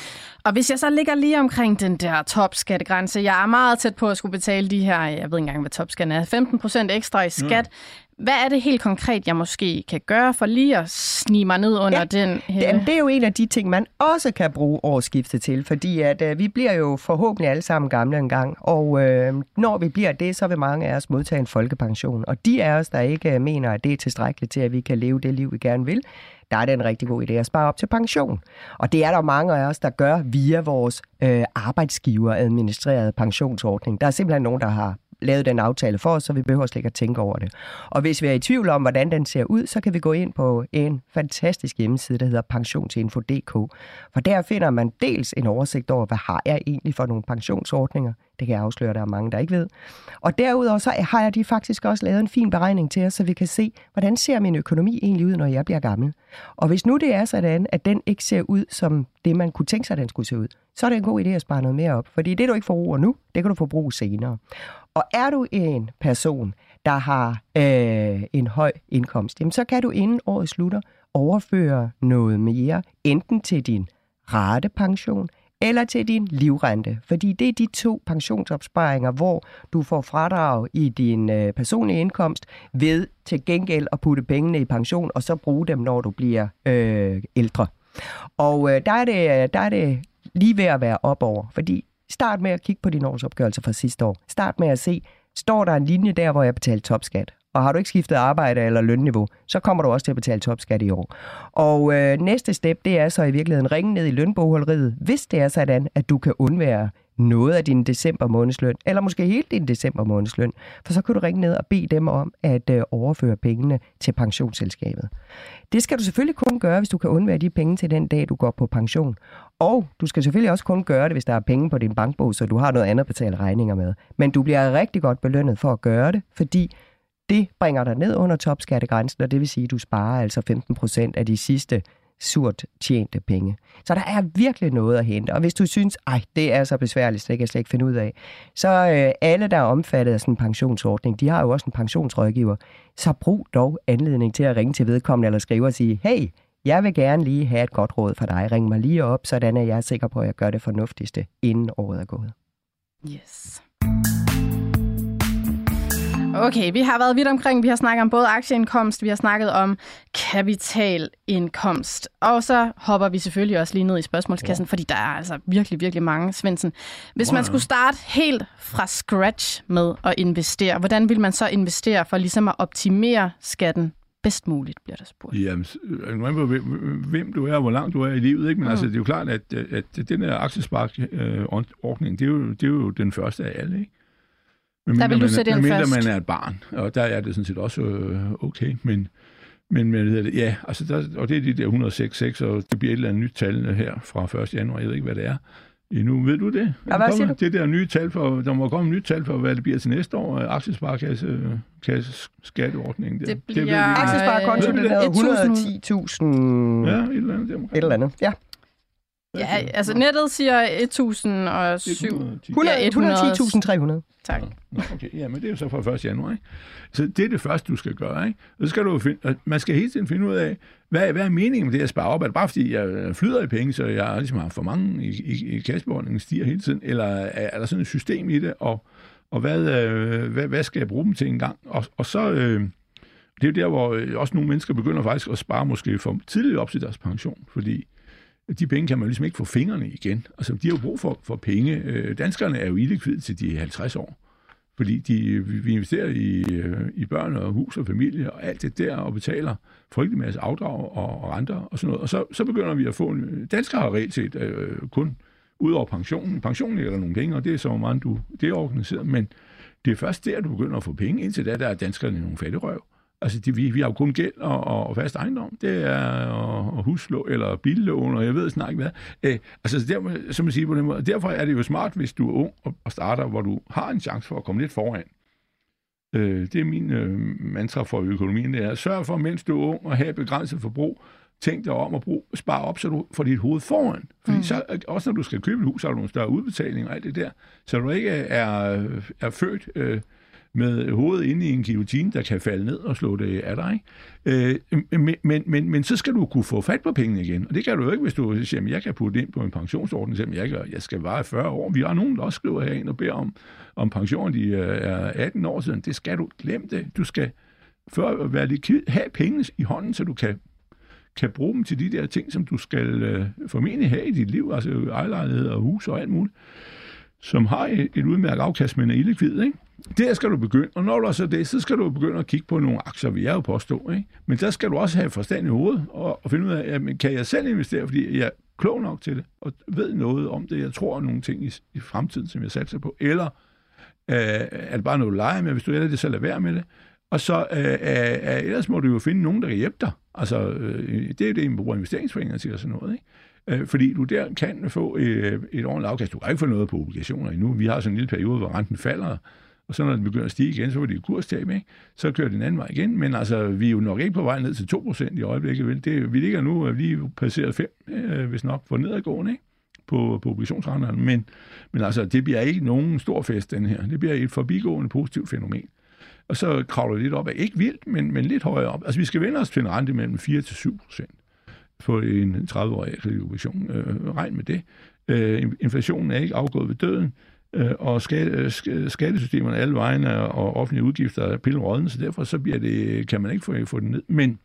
Og hvis jeg så ligger lige omkring den der topskattegrænse, jeg er meget tæt på at skulle betale de her, jeg ved ikke engang, hvad topskatten er, femten procent ekstra i skat. Mm. Hvad er det helt konkret, jeg måske kan gøre for lige at snige mig ned under ja, den hele? Det, det er jo en af de ting, man også kan bruge årsskiftet til, fordi at, øh, vi bliver jo forhåbentlig alle sammen gamle en gang, og øh, når vi bliver det, så vil mange af os modtage en folkepension. Og de af os, der ikke mener, at det er tilstrækkeligt til, at vi kan leve det liv, vi gerne vil, der er det en rigtig god idé at spare op til pension. Og det er der mange af os, der gør via vores øh, arbejdsgiver-administrerede pensionsordning. Der er simpelthen nogen, der har lavet den aftale for os, så vi behøver slet ikke at tænke over det. Og hvis vi er i tvivl om, hvordan den ser ud, så kan vi gå ind på en fantastisk hjemmeside, der hedder pensionsinfo punktum d k. For der finder man dels en oversigt over, hvad har jeg egentlig for nogle pensionsordninger. Det kan jeg afsløre, der er mange, der ikke ved. Og derudover så har jeg de faktisk også lavet en fin beregning til os, så vi kan se, hvordan ser min økonomi egentlig ud, når jeg bliver gammel. Og hvis nu det er sådan, at den ikke ser ud som det, man kunne tænke sig, at den skulle se ud, så er det en god idé at spare noget mere op. Fordi det, du ikke forbruger nu, det kan du forbruge senere. Og er du en person, der har øh, en høj indkomst, jamen, så kan du inden året slutter overføre noget mere, enten til din ratepension eller til din livrente. Fordi det er de to pensionsopsparinger, hvor du får fradrag i din øh, personlige indkomst ved til gengæld at putte pengene i pension, og så bruge dem, når du bliver øh, ældre. Og øh, der, er det, der er det lige ved at være op over, fordi start med at kigge på din årsopgørelse fra sidste år. Start med at se, står der en linje der, hvor jeg betaler topskat? Og har du ikke skiftet arbejde eller lønniveau, så kommer du også til at betale topskat i år. Og øh, næste step, det er så i virkeligheden ringe ned i lønbogholderiet, hvis det er sådan, at du kan undvære noget af din december månedsløn, eller måske hele din december månedsløn, for så kan du ringe ned og bede dem om at øh, overføre pengene til pensionsselskabet. Det skal du selvfølgelig kun gøre, hvis du kan undvære de penge til den dag, du går på pension. Og du skal selvfølgelig også kun gøre det, hvis der er penge på din bankbog, så du har noget andet at betale regninger med. Men du bliver rigtig godt belønnet for at gøre det, fordi det bringer dig ned under topskattegrænsen, og det vil sige, at du sparer altså femten procent af de sidste surt tjente penge. Så der er virkelig noget at hente. Og hvis du synes, ej, det er så besværligt, det kan jeg slet ikke finde ud af, så øh, alle, der er omfattet af sådan en pensionsordning, de har jo også en pensionsrådgiver. Så brug dog anledning til at ringe til vedkommende eller skrive og sige, hey, jeg vil gerne lige have et godt råd fra dig. Ring mig lige op, sådan at jeg er sikker på, at jeg gør det fornuftigste, inden året er gået. Yes. Okay, vi har været vidt omkring. Vi har snakket om både aktieindkomst, vi har snakket om kapitalindkomst. Og så hopper vi selvfølgelig også lige ned i spørgsmålskassen, ja. Fordi der er altså virkelig, virkelig mange, Svendsen. Hvis man skulle starte helt fra scratch med at investere, hvordan vil man så investere for ligesom at optimere skatten bedst muligt, bliver der spurgt? Jamen, hvem du er og hvor langt du er i livet, ikke? Men mm. altså, det er jo klart, at, at den her aktiesparkordning, det er jo, det er jo den første af alle, ikke? Men der vil du sætte ind først. man er et barn, og der er det sådan set også øh, okay, men, men, men ja, altså der, og det er de der et hundrede og seks komma seks, og det bliver et eller andet nyt tal her fra første januar, jeg ved ikke, hvad det er. Nu ved du det? Ja, hvad siger du? Det der nye tal for, der må komme et nyt tal for, hvad det bliver til næste år, aktiesparkasse kasse skatteordningen. Det bliver det aktiesparekonto, det hedder et hundrede og ti tusind. Ja, et eller andet. Et eller andet, ja. Ja, altså nettet siger et tusind og syv. et hundrede og ti tusind tre hundrede. Tak. Okay, ja, men det er jo så fra første januar, ikke? Så det er det første, du skal gøre, ikke? Og så skal du finde, man skal hele tiden finde ud af, hvad, hvad er meningen med det at spare op? Er det bare fordi, jeg flyder i penge, så jeg ligesom har for mange i, i, i kassebeholdningen, stiger hele tiden? Eller er, er der sådan et system i det? Og, og hvad, øh, hvad, hvad skal jeg bruge dem til en gang? Og, og så, øh, det er jo der, hvor også nogle mennesker begynder faktisk at spare måske for tidligt op til deres pension, fordi de penge kan man ligesom ikke få fingrene igen. Altså, de har jo brug for, for penge. Danskerne er jo illikvide til de halvtreds år, fordi de, vi investerer i, i børn og hus og familie og alt det der, og betaler frygtelig masse afdrag og, og renter og sådan noget. Og så, så begynder vi at få en... Danskere har reelt set øh, kun ud over pensionen. Pensionen ligger der nogle penge, og det er så meget, du det er organiseret, men det er først der, du begynder at få penge. Indtil da, der er danskerne nogle fattigrøv. Altså, de, vi, vi har jo kun gæld og, og fast ejendom. Det er og, og huslån eller billån, og jeg ved snart ikke hvad. Æ, altså, der, som man siger på den måde. Derfor er det jo smart, hvis du er ung og, og starter, hvor du har en chance for at komme lidt foran. Øh, det er min øh, mantra for økonomien, det er at sørge for, mens du er ung og have begrænset forbrug, tænk dig om at bruge, spare op, så du får dit hoved foran. Fordi mm. så, også når du skal købe et hus, så har du nogle større udbetalinger og alt det der, så du ikke er, er født... Øh, med hovedet inde i en guillotine, der kan falde ned og slå det af dig. Øh, men, men, men, men så skal du kunne få fat på pengene igen. Og det kan du jo ikke, hvis du siger, at jeg kan putte ind på en pensionsordning, så jeg, jeg skal vare fyrre år. Vi har nogen, der også skriver herind og beder om, om pension, de er atten år siden. Det skal du glemme det. Du skal før være likvid, have pengene i hånden, så du kan, kan bruge dem til de der ting, som du skal øh, formentlig have i dit liv, altså ejerlejlighed og hus og alt muligt, som har et, et udmærket afkast, men er illikvid, ikke? Der skal du begynde, og når du så det, så skal du begynde at kigge på nogle aktier, vi er jo påstå, ikke? Men der skal du også have forstand i hovedet, og, og finde ud af, jamen, kan jeg selv investere, fordi jeg er klog nok til det, og ved noget om det, jeg tror nogle ting i, i fremtiden, som jeg satser på, eller øh, er det bare noget at lege med, hvis du er det, så lad være med det. Og så øh, øh, ellers må du jo finde nogen, der kan hjælpe dig. Altså, øh, det er det, man bruger investeringsforeninger til og sådan noget, ikke? Fordi du der kan få et, et ordentligt afkast. Du kan ikke få noget på obligationer endnu. Vi har sådan en lille periode, hvor renten falder, og så når den begynder at stige igen, så var det jo kurstab, ikke? Så kører den anden vej igen. Men altså, vi er jo nok ikke på vej ned til to procent i øjeblikket. Vel? Det, vi ligger nu lige passeret fem, øh, hvis nok, for nedadgående, ikke? På, på obligationsrenterne. Men, men altså, det bliver ikke nogen stor fest, den her. Det bliver et forbigående positivt fænomen. Og så kravler det lidt op af, ikke vildt, men, men lidt højere op. Altså, vi skal vende os til en rente mellem fire til syv procent. På en tredive-årig kreditobligation. Øh, regn med det. Øh, inflationen er ikke afgået ved døden, øh, og skatte, skattesystemerne alle vegne og offentlige udgifter er pillerødne, så derfor så bliver det, kan man ikke få, få det ned. Men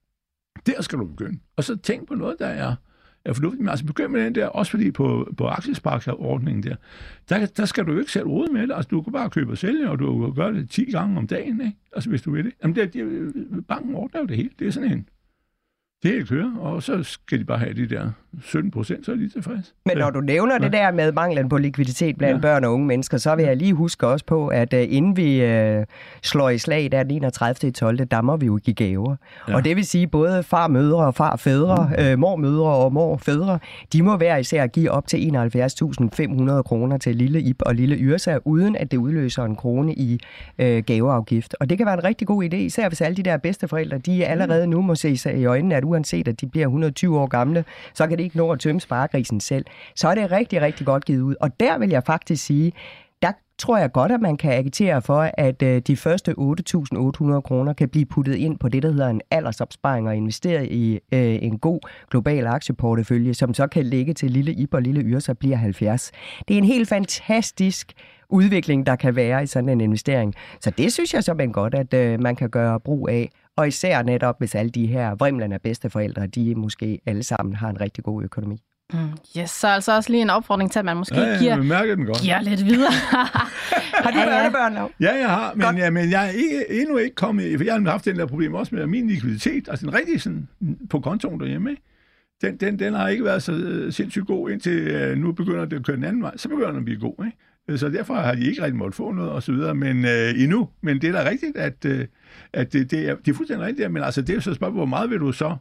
der skal du begynde. Og så tænk på noget, der er, er fornuftigt. Men altså begynd med den der, også fordi på, på aktiespareordningen der, der, der skal du jo ikke selv rode med det. Altså du kan bare købe og sælge, og du kan gøre det ti gange om dagen, ikke? Altså hvis du vil det. Jamen det, det, banken ordner jo det hele. Det er sådan en det er kører, og så skal de bare have de der sytten procent, så er de tilfreds. Men når du nævner ja. det der med manglen på likviditet blandt ja. børn og unge mennesker, så vil jeg lige huske også på, at uh, inden vi uh, slår i slag der den enogtredivte tolvte, der må vi jo give gaver. Ja. Og det vil sige, både farmødre og farfædre, mm. uh, mormødre og morfædre, de må hver især give op til enoghalvfjerds tusind fem hundrede kroner til lille Ib og lille Yrsa, uden at det udløser en krone i uh, gaveafgift. Og det kan være en rigtig god idé, især hvis alle de der bedsteforældre, de allerede nu må se sig i øjnene, at uanset at de bliver et hundrede og tyve år gamle, så kan det ikke nå at tømme sparegrisen selv. Så er det rigtig, rigtig godt givet ud. Og der vil jeg faktisk sige, der tror jeg godt, at man kan agitere for, at øh, de første otte tusind otte hundrede kroner kan blive puttet ind på det, der hedder en aldersopsparing og investeret i øh, en god global aktieportefølje, som så kan ligge til lille Ib og lille Yrsa bliver halvfjerds. Det er en helt fantastisk udvikling, der kan være i sådan en investering. Så det synes jeg simpelthen godt, at øh, man kan gøre brug af. Og især netop, hvis alle de her vrimlende bedsteforældre, de måske alle sammen har en rigtig god økonomi. Mm, yes, så altså også lige en opfordring til, at man måske ja, ja, giver, den godt. giver lidt videre. Har du børnebørn, Lav? Ja, jeg har, men, ja, men jeg er ikke, endnu ikke kommet, for jeg har haft den der problem også med min likviditet, altså den rigtige sådan, på kontoen derhjemme, ikke? Den, den, den har ikke været så sindssygt god, indtil uh, nu begynder det at køre den anden vej, så begynder den at blive god, ikke? Så derfor har de ikke rigtig måttet få noget og så videre, men uh, endnu. Men det er da rigtigt, at, uh, at det, det, er, det er fuldstændig rigtigt, men altså det er jo så spørgsmålet, hvor meget vil du så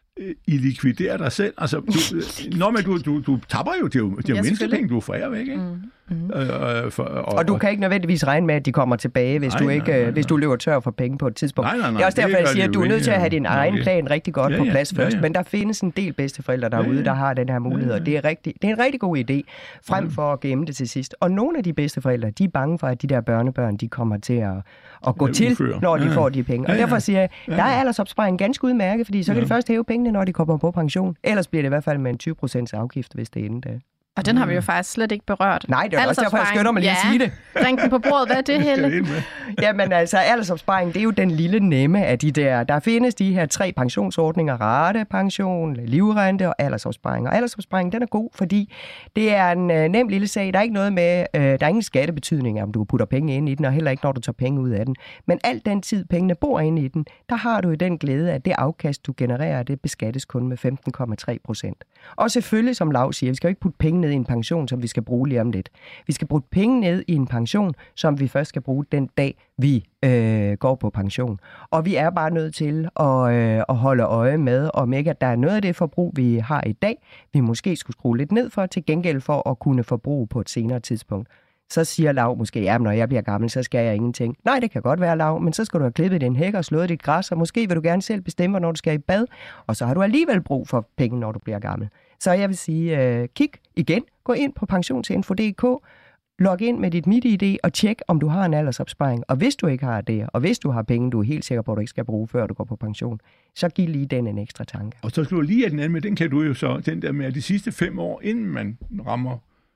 i likvidere dig selv. Altså, du, når man, du, du, du tapper jo, det er jo, det er jo ja, menneskepenge, du forærer væk, ikke? Mm. Mm. Øh, for, og, og du kan ikke nødvendigvis regne med, at de kommer tilbage, hvis, nej, du, ikke, nej, nej, nej. hvis du løber tør for penge på et tidspunkt. Nej, nej, nej, det er også derfor, jeg siger, at du er nødt til at have din nej, egen plan rigtig godt ja, på plads ja, først. Ja, ja. Men der findes en del bedsteforældre derude, ja, ja. der har den her mulighed, ja, ja. og det er, rigtig, det er en rigtig god idé, frem for at gemme det til sidst. Og nogle af de bedsteforældre, de er bange for, at de der børnebørn, de kommer til at, at gå ja, til, når de ja, ja. får de penge. Og ja, ja. derfor siger jeg, der er aldersopsparing ganske udmærket, fordi så kan ja. de først hæve pengene, når de kommer på pension. Ellers bliver det i hvert fald med en tyve procent afgift, hvis det er inden da. Og den har vi jo faktisk slet ikke berørt. Nej, det er også derfor, jeg skynder mig lige ja. at sige det. Drink den på bordet. Hvad er det, Helle? Jamen altså, aldersopsparing, det er jo den lille nemme af de der. Der findes de her tre pensionsordninger. Ratepension, livrente og aldersopsparing. Og aldersopsparing, den er god, fordi det er en uh, nem lille sag. Der er ikke noget med, uh, der er ingen skattebetydning, om du putter penge ind i den, og heller ikke, når du tager penge ud af den. Men alt den tid, pengene bor inde i den, der har du i den glæde, at det afkast, du genererer, det beskattes kun med femten komma tre procent. Og selvfølgelig, som Lav siger, vi skal jo ikke putte penge ned i en pension, som vi skal bruge lige om lidt. Vi skal bruge penge ned i en pension, som vi først skal bruge den dag, vi øh, går på pension. Og vi er bare nødt til at, øh, at holde øje med, om ikke at der er noget af det forbrug, vi har i dag, vi måske skulle skrue lidt ned for, til gengæld for at kunne forbruge på et senere tidspunkt. Så siger Lav måske, ja, når jeg bliver gammel, så skal jeg ingenting. Nej, det kan godt være, Lav, men så skal du have klippet din hæk og slået dit græs, og måske vil du gerne selv bestemme, når du skal i bad, og så har du alligevel brug for penge, når du bliver gammel. Så jeg vil sige, øh, kig igen, gå ind på pensionsinfo punktum d k, log ind med dit MitID og tjek, om du har en aldersopsparing. Og hvis du ikke har det, og hvis du har penge, du er helt sikker på, at du ikke skal bruge, før du går på pension, så giv lige den en ekstra tanke. Og så skal du lige have den anden med, den kan du jo så, den der med de sidste fem år, inden man rammer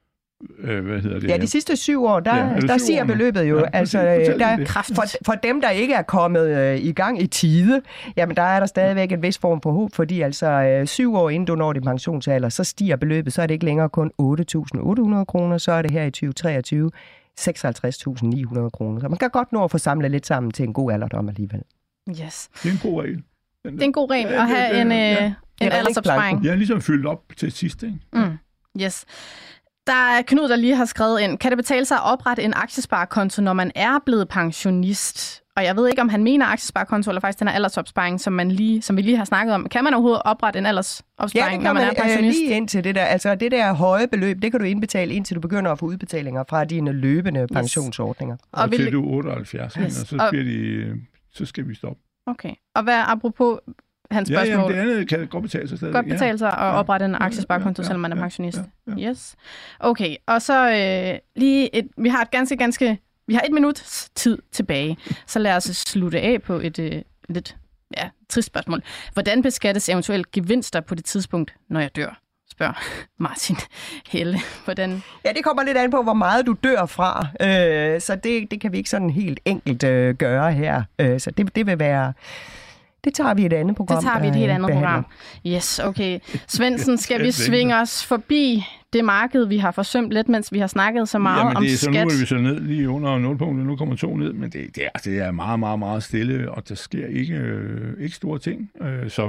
Øh, hvad hedder det? Ja, de sidste syv år, der, ja, der siger beløbet jo, ja, altså, der, for, for dem, der ikke er kommet øh, i gang i tide, jamen der er der stadigvæk en vis form for håb, fordi altså øh, syv år inden du når din pensionsalder, så stiger beløbet, så er det ikke længere kun otte tusind otte hundrede kroner, så er det her i tyve treogtyve seksoghalvtreds tusind ni hundrede kroner. Så man kan godt nå at få samlet lidt sammen til en god alderdom alligevel. Yes. Det er en god regel. Det er en god regel at have en, ja. en, en aldersopsparing. Jeg har ligesom fyldt op til sidst, ikke? Mm. Yes. Der er Knud, der lige har skrevet ind, kan det betale sig at oprette en aktiesparekonto, når man er blevet pensionist? Og jeg ved ikke, om han mener aktiesparekonto, eller faktisk den her aldersopsparing, som, man lige, som vi lige har snakket om. Kan man overhovedet oprette en aldersopsparing, ja, når man, man er pensionist? Ja, lige indtil det der. Altså det der høje beløb, det kan du indbetale, indtil du begynder at få udbetalinger fra dine løbende yes. pensionsordninger. Og, og til du er otteoghalvfjerds, yes. og så, bliver de, så skal vi stoppe. Okay. Og hvad apropos hans spørgsmål? Ja, jamen, det andet kan godt betale sig stadig. Godt betale sig ja. at oprette en aktiesparekonto, ja, ja, selvom man er pensionist. Ja, ja, ja. Yes. Okay, og så øh, lige et, vi har et ganske, ganske, vi har et minut tid tilbage, så lad os slutte af på et øh, lidt ja, trist spørgsmål. Hvordan beskattes eventuelt gevinster på det tidspunkt, når jeg dør? Spørger Martin Helle. Hvordan? Ja, det kommer lidt an på, hvor meget du dør fra, øh, så det, det kan vi ikke sådan helt enkelt øh, gøre her. Øh, så det, det vil være... Det tager vi i et andet program. Det tager vi i et helt andet behandler. program. Yes, okay. Svendsen, skal vi svinge os forbi det marked, vi har forsømt lidt, mens vi har snakket så meget Jamen, om det er, skat? Så nu er vi så ned lige under nulpunktet, nu kommer to ned, men det, det, er, det er meget, meget, meget stille, og der sker ikke, øh, ikke store ting. Øh, så,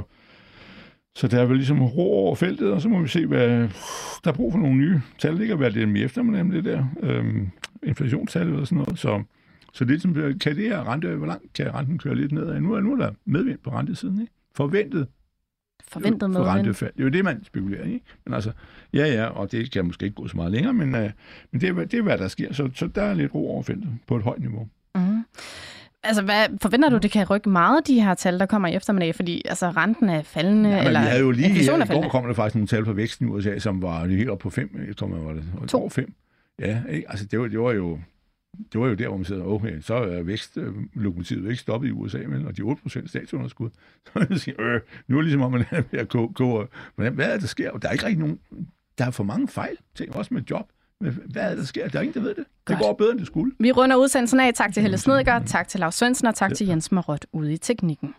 så der er vel ligesom ro over feltet, og så må vi se, hvad der er brug for nogle nye tal. Det kan være det med eftermiddag, det der øh, inflationstal og sådan noget, så Så det som kan det her rente, hvor langt kan renten køre lidt nedad? Nu er, nu er der medvind på rentesiden, ikke? Forventet. Forventet medvind. Rentefald. Det er jo det, man spekulerer i. Men altså, ja, ja, og det kan måske ikke gå så meget længere, men, uh, men det, er, det er, hvad der sker. Så, så der er lidt ro over feltet på et højt niveau. Mm. Altså, hvad forventer du, det kan rykke meget, de her tal, der kommer i eftermiddag? Fordi altså, renten er faldende, ja, eller vi havde jo lige, inflationen er faldende. I går kom der faktisk nogle tal på væksten i U S A, som var helt op på fem. Jeg tror, man var det. To. fem. Ja, ikke? Altså, det var, det var jo... det var jo der, hvor man siger, okay, så er vækstlokomotivet ikke stoppet i U S A, men, og de otte procent statsunderskud. Så jeg siger, øh, nu er det ligesom om, man er ved at gå, gå men hvad er det, der sker? Der er ikke rigtig nogen, der er for mange fejl, ting, også med job. Men hvad er det, der sker? Der er ingen, der ved det. Godt. Det går bedre, end det skulle. Vi runder udsendelsen af. Tak til Helle Snedgaard, tak til Lars Svendsen og tak ja. til Jens Marot ude i teknikken.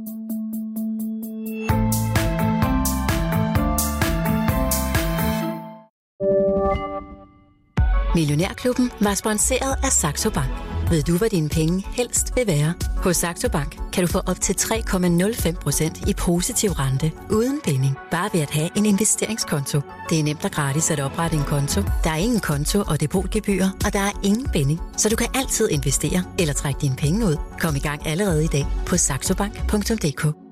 Millionærklubben var sponsoreret af Saxo Bank. Ved du, hvad dine penge helst vil være? Hos Saxo Bank kan du få op til tre komma nul fem procent i positiv rente uden binding. Bare ved at have en investeringskonto. Det er nemt og gratis at oprette en konto. Der er ingen konto og depotgebyrer, og der er ingen binding. Så du kan altid investere eller trække dine penge ud. Kom i gang allerede i dag på saxobank punktum d k.